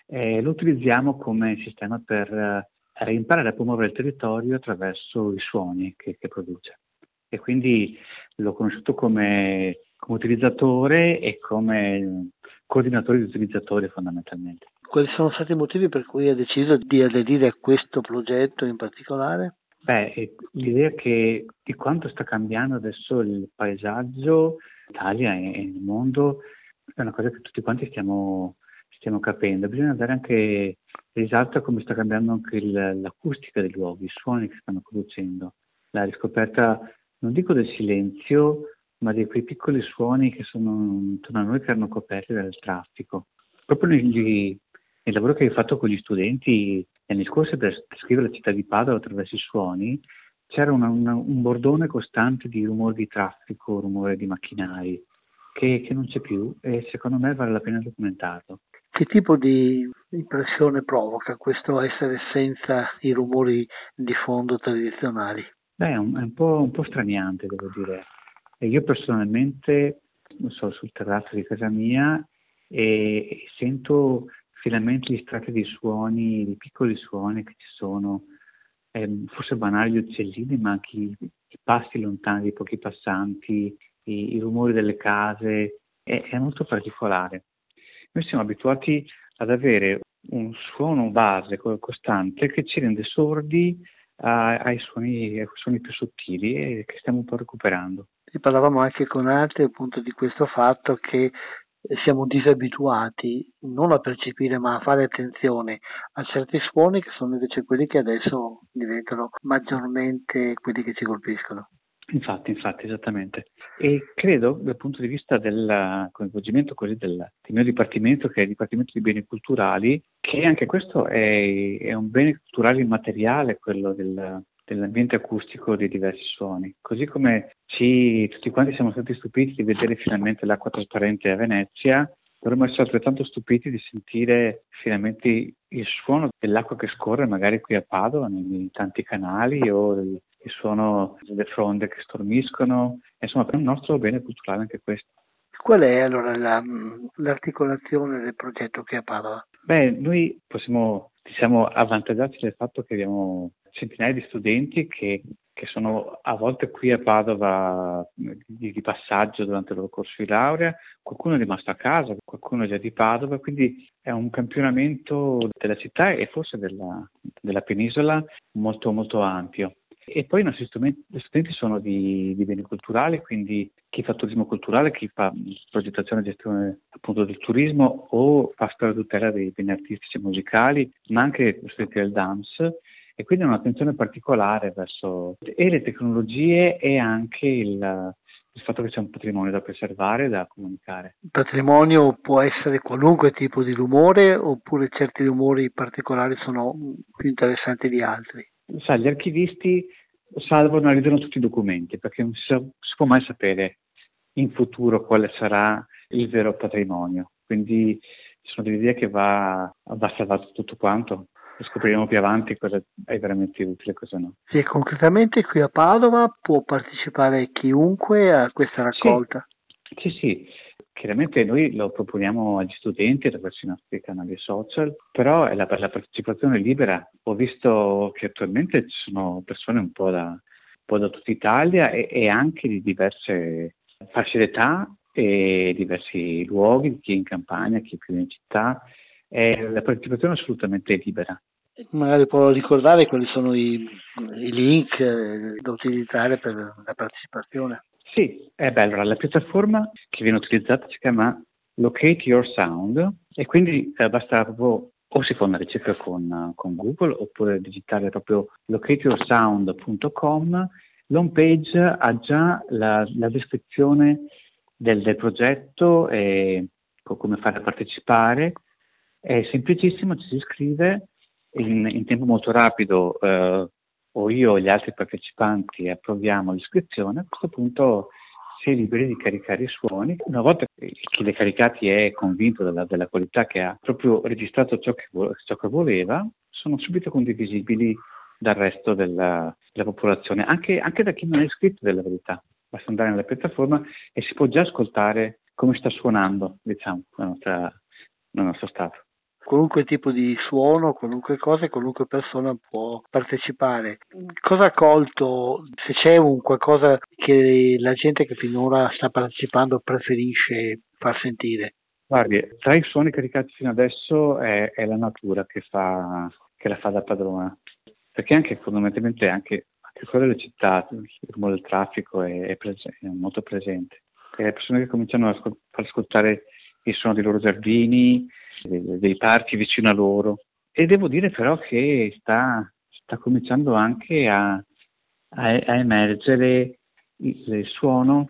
M: e lo utilizziamo come sistema per eh, imparare a promuovere il territorio attraverso i suoni che, che produce. E quindi l'ho conosciuto come, come utilizzatore e come coordinatore di utilizzatori fondamentalmente.
C: Quali sono stati i motivi per cui ha deciso di aderire a questo progetto in particolare?
M: Beh, l'idea che di quanto sta cambiando adesso il paesaggio in Italia e nel mondo è una cosa che tutti quanti stiamo, stiamo capendo. Bisogna dare anche risalto a come sta cambiando anche il, l'acustica dei luoghi, i suoni che stanno producendo, la riscoperta, non dico del silenzio, ma di quei piccoli suoni che sono intorno a noi che erano coperti dal traffico. Proprio negli, nel lavoro che ho fatto con gli studenti gli anni scorsi per descrivere la città di Padova attraverso i suoni, c'era una, una, un bordone costante di rumore di traffico, rumore di macchinari, che, che non c'è più e secondo me vale la pena documentarlo.
C: Che tipo di impressione provoca questo essere senza i rumori di fondo tradizionali?
M: Beh, è un, è un po', un po' straniante, devo dire. E io personalmente sono sul terrazzo di casa mia e, e sento filamenti di strati di suoni, di piccoli suoni che ci sono, eh, forse banali gli uccellini, ma anche i, i passi lontani di pochi passanti, i, i rumori delle case, è, è molto particolare. Noi siamo abituati ad avere un suono base costante che ci rende sordi ai suoni, ai suoni più sottili e che stiamo un po' recuperando.
C: E parlavamo anche con altri appunto di questo fatto che siamo disabituati non a percepire ma a fare attenzione a certi suoni che sono invece quelli che adesso diventano maggiormente quelli che ci colpiscono.
M: Infatti, infatti, esattamente. E credo dal punto di vista del coinvolgimento così del, del mio dipartimento, che è il Dipartimento di Beni Culturali, che anche questo è, è un bene culturale immateriale, quello del, dell'ambiente acustico dei diversi suoni. Così come ci, tutti quanti siamo stati stupiti di vedere finalmente l'acqua trasparente a Venezia, dovremmo essere altrettanto stupiti di sentire finalmente il suono dell'acqua che scorre magari qui a Padova, nei tanti canali, o il, il suono delle fronde che stormiscono. Insomma, per il nostro bene culturale anche questo.
C: Qual è allora la, l'articolazione del progetto qui a Padova?
M: Beh, noi possiamo, diciamo, avvantaggiarci del fatto che abbiamo centinaia di studenti che, che sono a volte qui a Padova di, di passaggio durante il loro corso di laurea, qualcuno è rimasto a casa, qualcuno è già di Padova, quindi è un campionamento della città e forse della, della penisola molto molto ampio. E poi i nostri studenti, gli studenti sono di, di beni culturali, quindi chi fa turismo culturale, chi fa progettazione e gestione appunto del turismo o fa storia e tutela dei beni artistici e musicali, ma anche gli studenti del D A M S, e quindi un'attenzione particolare verso e le tecnologie e anche il, il fatto che c'è un patrimonio da preservare e da comunicare.
C: Il patrimonio può essere qualunque tipo di rumore, oppure certi rumori particolari sono più interessanti di altri?
M: Sai, gli archivisti salvano e analizzano tutti i documenti, perché non si, sa, si può mai sapere in futuro quale sarà il vero patrimonio. Quindi sono dell'idea che va, va salvato tutto quanto. Scopriremo più avanti cosa è veramente utile e cosa no.
C: Sì, concretamente qui a Padova può partecipare chiunque a questa raccolta?
M: Sì, sì, sì. Chiaramente noi lo proponiamo agli studenti attraverso i nostri canali social, però è la, la partecipazione libera. Ho visto che attualmente ci sono persone un po' da, un po' da tutta Italia e, e anche di diverse fasce d'età e diversi luoghi, chi in campagna, chi più in città. E la partecipazione è assolutamente libera.
C: Magari può ricordare quali sono i, i link eh, da utilizzare per la partecipazione?
M: Sì, è bello. Allora, la piattaforma che viene utilizzata si chiama Locate Your Sound e quindi eh, basta proprio o si fa una ricerca con, con Google oppure digitare proprio locate your sound punto com. L'home page ha già la, la descrizione del, del progetto e come fare a partecipare. È semplicissimo, ci si iscrive in, in tempo molto rapido, eh, o io o gli altri partecipanti approviamo l'iscrizione. A questo punto si è liberi di caricare i suoni. Una volta che chi li ha caricati è convinto della, della qualità, che ha proprio registrato ciò che, ciò che voleva, sono subito condivisibili dal resto della, della popolazione, anche, anche da chi non è iscritto, della verità. Basta andare nella piattaforma e si può già ascoltare come sta suonando, diciamo, la nostra, nel nostro stato.
C: Qualunque tipo di suono, qualunque cosa, qualunque persona può partecipare. Cosa ha colto, se c'è un qualcosa che la gente che finora sta partecipando preferisce far sentire?
M: Guardi, tra i suoni caricati fino adesso è, è la natura che, fa, che la fa da padrona, perché anche fondamentalmente anche, anche quello delle città, il rumore del traffico è, è, prese, è molto presente. E le persone che cominciano a ascol- far ascoltare il suono dei loro giardini, dei parchi vicino a loro, e devo dire però che sta, sta cominciando anche a, a, a emergere il, il suono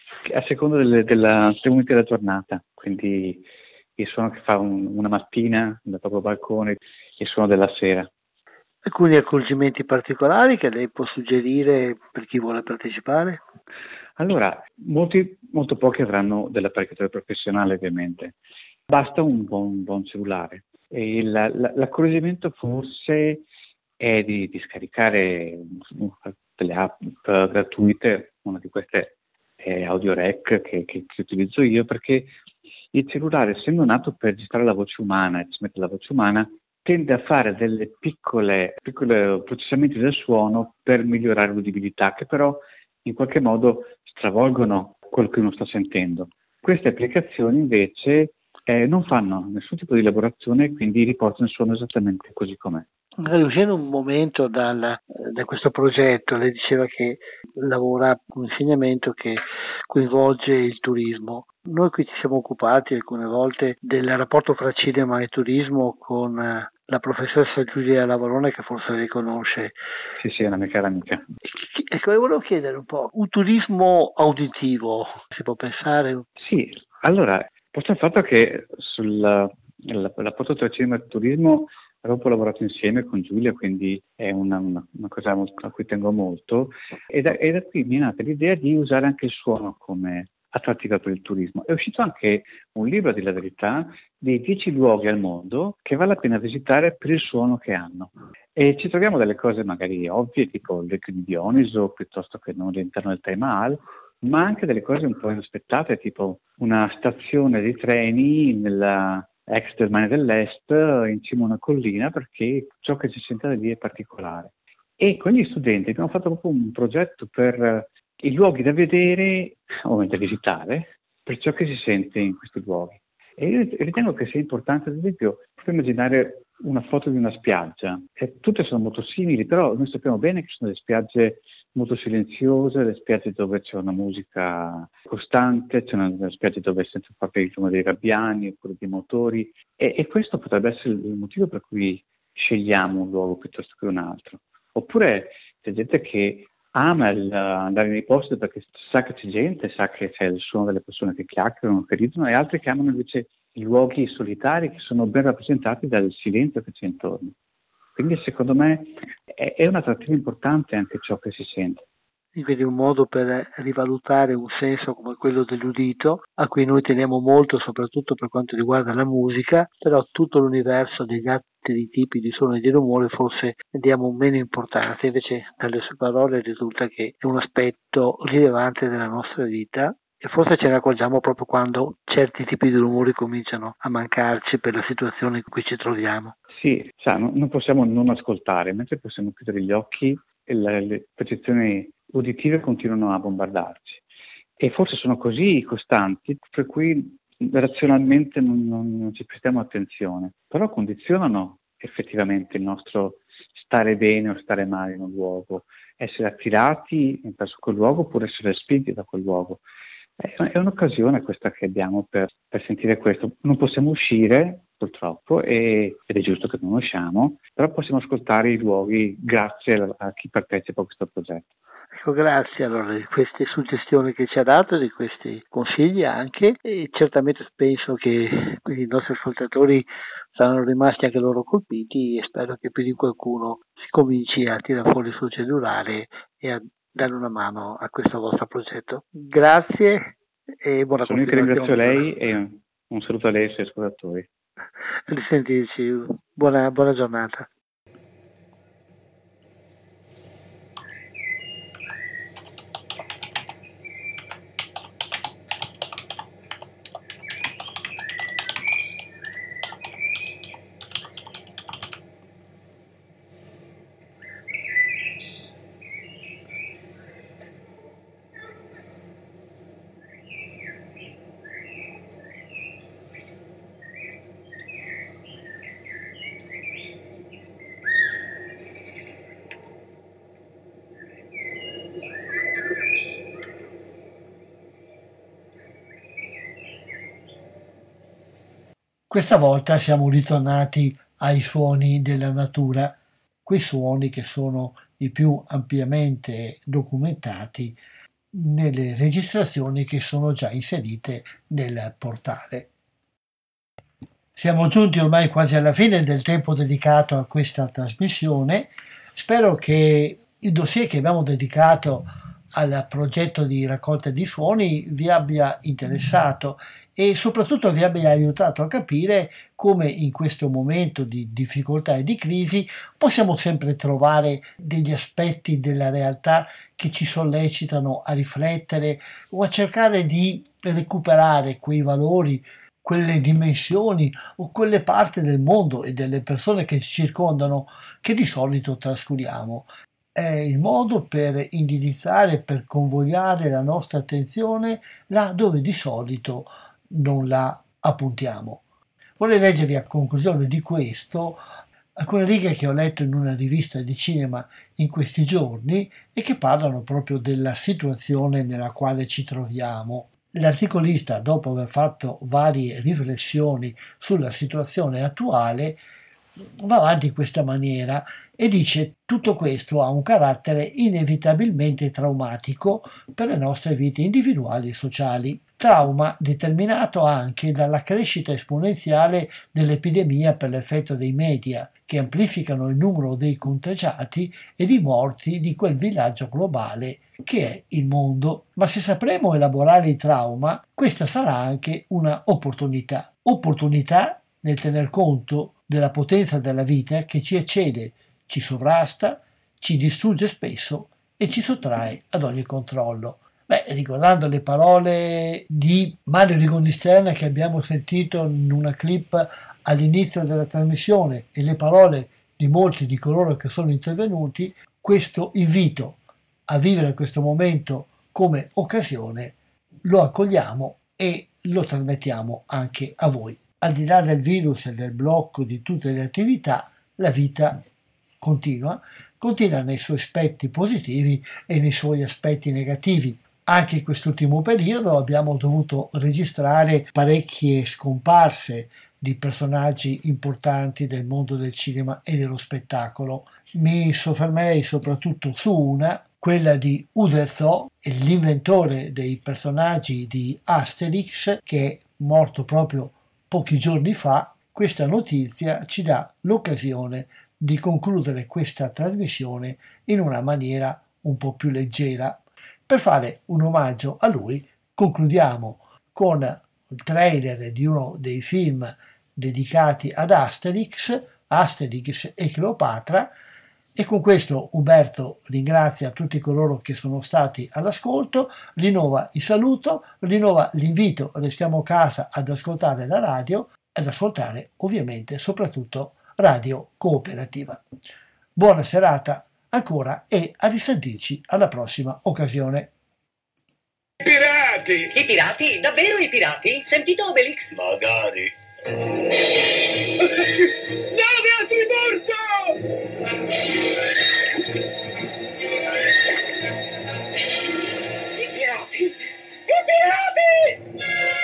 M: a seconda delle, della, dei momenti della giornata, quindi il suono che fa un, una mattina dal proprio balcone, il suono della sera.
C: Alcuni accorgimenti particolari che lei può suggerire per chi vuole partecipare?
M: Allora, molti, molto pochi avranno dell'apparecchiatura professionale, ovviamente. Basta un buon, buon cellulare. E la, la, l'accorgimento forse è di, di scaricare delle app gratuite. Una di queste è AudioRec che, che, che utilizzo io, perché il cellulare, essendo nato per registrare la voce umana e trasmettere la voce umana, tende a fare delle piccole, piccole processamenti del suono per migliorare l'udibilità, che però in qualche modo stravolgono quello che uno sta sentendo. Queste applicazioni invece eh, non fanno nessun tipo di elaborazione e quindi riportano il suono esattamente così com'è.
C: Uscendo un momento dal, da questo progetto, lei diceva che lavora un insegnamento che coinvolge il turismo. Noi qui ci siamo occupati alcune volte del rapporto fra cinema e turismo con la professoressa Giulia Lavarone, che forse lei conosce.
M: Sì, sì, è una mia cara amica.
C: Ecco, volevo chiedere un po', un turismo auditivo, si può pensare?
M: Sì, allora, posto il fatto che sulla la, rapporto tra cinema e turismo avevo lavorato insieme con Giulia, quindi è una, una, una cosa a cui tengo molto, e da, e da qui mi è nata l'idea di usare anche il suono come attrattiva per il turismo. È uscito anche un libro, di la verità, dei dieci luoghi al mondo che vale la pena visitare per il suono che hanno. E ci troviamo delle cose magari ovvie, tipo il Lecco di Dioniso, piuttosto che non all'interno del Taj Mahal, ma anche delle cose un po' inaspettate, tipo una stazione di treni nella ex Germania dell'Est, in cima a una collina, perché ciò che si sente da lì è particolare. E con gli studenti abbiamo fatto proprio un progetto per i luoghi da vedere o da visitare, per ciò che si sente in questi luoghi. E io ritengo che sia importante, ad esempio, proprio immaginare una foto di una spiaggia. E tutte sono molto simili, però noi sappiamo bene che sono le spiagge molto silenziose, le spiagge dove c'è una musica costante, c'è una, una spiagge dove senza proprio il rumore dei gabbiani oppure dei motori, e, e questo potrebbe essere il motivo per cui scegliamo un luogo piuttosto che un altro. Oppure c'è gente che ama il, andare nei posti perché sa che c'è gente, sa che c'è il suono delle persone che chiacchierano, che ridono, e altri che amano invece i luoghi solitari che sono ben rappresentati dal silenzio che c'è intorno. Quindi secondo me è, è un'attrattiva importante anche ciò che si sente.
B: Quindi un modo per rivalutare un senso come quello dell'udito, a cui noi teniamo molto, soprattutto per quanto riguarda la musica, però tutto l'universo degli altri tipi di suono e di rumore forse diamo meno importanza. Invece dalle sue parole risulta che è un aspetto rilevante della nostra vita, e forse ce ne accorgiamo proprio quando certi tipi di rumori cominciano a mancarci per la situazione in cui ci troviamo.
M: Sì, sa, no, non possiamo non ascoltare, mentre possiamo chiudere gli occhi e le, le percezioni uditive continuano a bombardarci. E forse sono così costanti per cui razionalmente non, non, non ci prestiamo attenzione, però condizionano effettivamente il nostro stare bene o stare male in un luogo, essere attirati verso quel luogo oppure essere spinti da quel luogo. È un'occasione questa che abbiamo per, per sentire questo. Non possiamo uscire, purtroppo, e, ed è giusto che non usciamo, però possiamo ascoltare i luoghi grazie a, a chi partecipa a questo progetto.
B: Ecco, grazie allora di queste suggestioni che ci ha dato, di questi consigli anche, e certamente penso che i nostri ascoltatori saranno rimasti anche loro colpiti, e spero che più di qualcuno si cominci a tirare fuori il suo cellulare e a dare una mano a questo vostro progetto. Grazie e buona
M: Sono
B: continuazione.
M: Io che ringrazio lei e un saluto a lei e ai suoi ascoltatori.
B: Risentirci, buona, buona giornata. Questa volta siamo ritornati ai suoni della natura, quei suoni che sono i più ampiamente documentati nelle registrazioni che sono già inserite nel portale. Siamo giunti ormai quasi alla fine del tempo dedicato a questa trasmissione. Spero che il dossier che abbiamo dedicato al progetto di raccolta di suoni vi abbia interessato e soprattutto vi abbia aiutato a capire come in questo momento di difficoltà e di crisi possiamo sempre trovare degli aspetti della realtà che ci sollecitano a riflettere o a cercare di recuperare quei valori, quelle dimensioni o quelle parti del mondo e delle persone che ci circondano che di solito trascuriamo. È il modo per indirizzare, per convogliare la nostra attenzione là dove di solito non la appuntiamo. Vorrei leggervi a conclusione di questo alcune righe che ho letto in una rivista di cinema in questi giorni e che parlano proprio della situazione nella quale ci troviamo. L'articolista, dopo aver fatto varie riflessioni sulla situazione attuale, va avanti in questa maniera e dice: tutto questo ha un carattere inevitabilmente traumatico per le nostre vite individuali e sociali. Trauma determinato anche dalla crescita esponenziale dell'epidemia per l'effetto dei media, che amplificano il numero dei contagiati e di morti di quel villaggio globale che è il mondo. Ma se sapremo elaborare il trauma, questa sarà anche una opportunità. Opportunità nel tener conto della potenza della vita che ci eccede, ci sovrasta, ci distrugge spesso e ci sottrae ad ogni controllo. Beh, ricordando le parole di Mario Rigonistern che abbiamo sentito in una clip all'inizio della trasmissione e le parole di molti di coloro che sono intervenuti, questo invito a vivere questo momento come occasione lo accogliamo e lo trasmettiamo anche a voi. Al di là del virus e del blocco di tutte le attività, la vita continua, continua nei suoi aspetti positivi e nei suoi aspetti negativi. Anche in quest'ultimo periodo abbiamo dovuto registrare parecchie scomparse di personaggi importanti del mondo del cinema e dello spettacolo. Mi soffermerei soprattutto su una, quella di Uderzo, l'inventore dei personaggi di Asterix, che è morto proprio pochi giorni fa. Questa notizia ci dà l'occasione di concludere questa trasmissione in una maniera un po' più leggera. Per fare un omaggio a lui, concludiamo con il trailer di uno dei film dedicati ad Asterix, Asterix e Cleopatra, e con questo Umberto ringrazia tutti coloro che sono stati all'ascolto, rinnova il saluto, rinnova l'invito, restiamo a casa ad ascoltare la radio, ad ascoltare ovviamente soprattutto Radio Cooperativa. Buona serata ancora e a risentirci alla prossima occasione.
N: I pirati! I pirati? Davvero i pirati? Sentito Obelix? Magari. Nave a tribordo! I pirati! I pirati!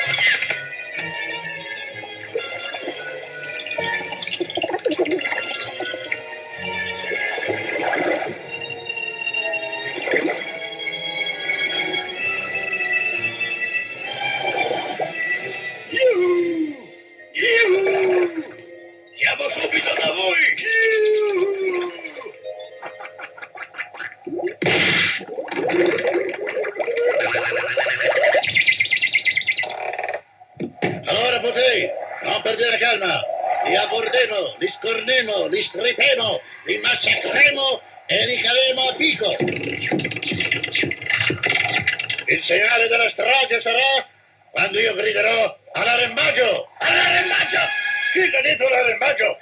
N: Siamo subito da voi!
O: Allora potei, non perdere calma, li abbordemo, li scornemo, li stripemo, li massacremo e li calemo a picco. Il segnale della strage sarà quando io griderò all'arrembaggio! All'arrembaggio! Chi ha detto l'arrembaggio?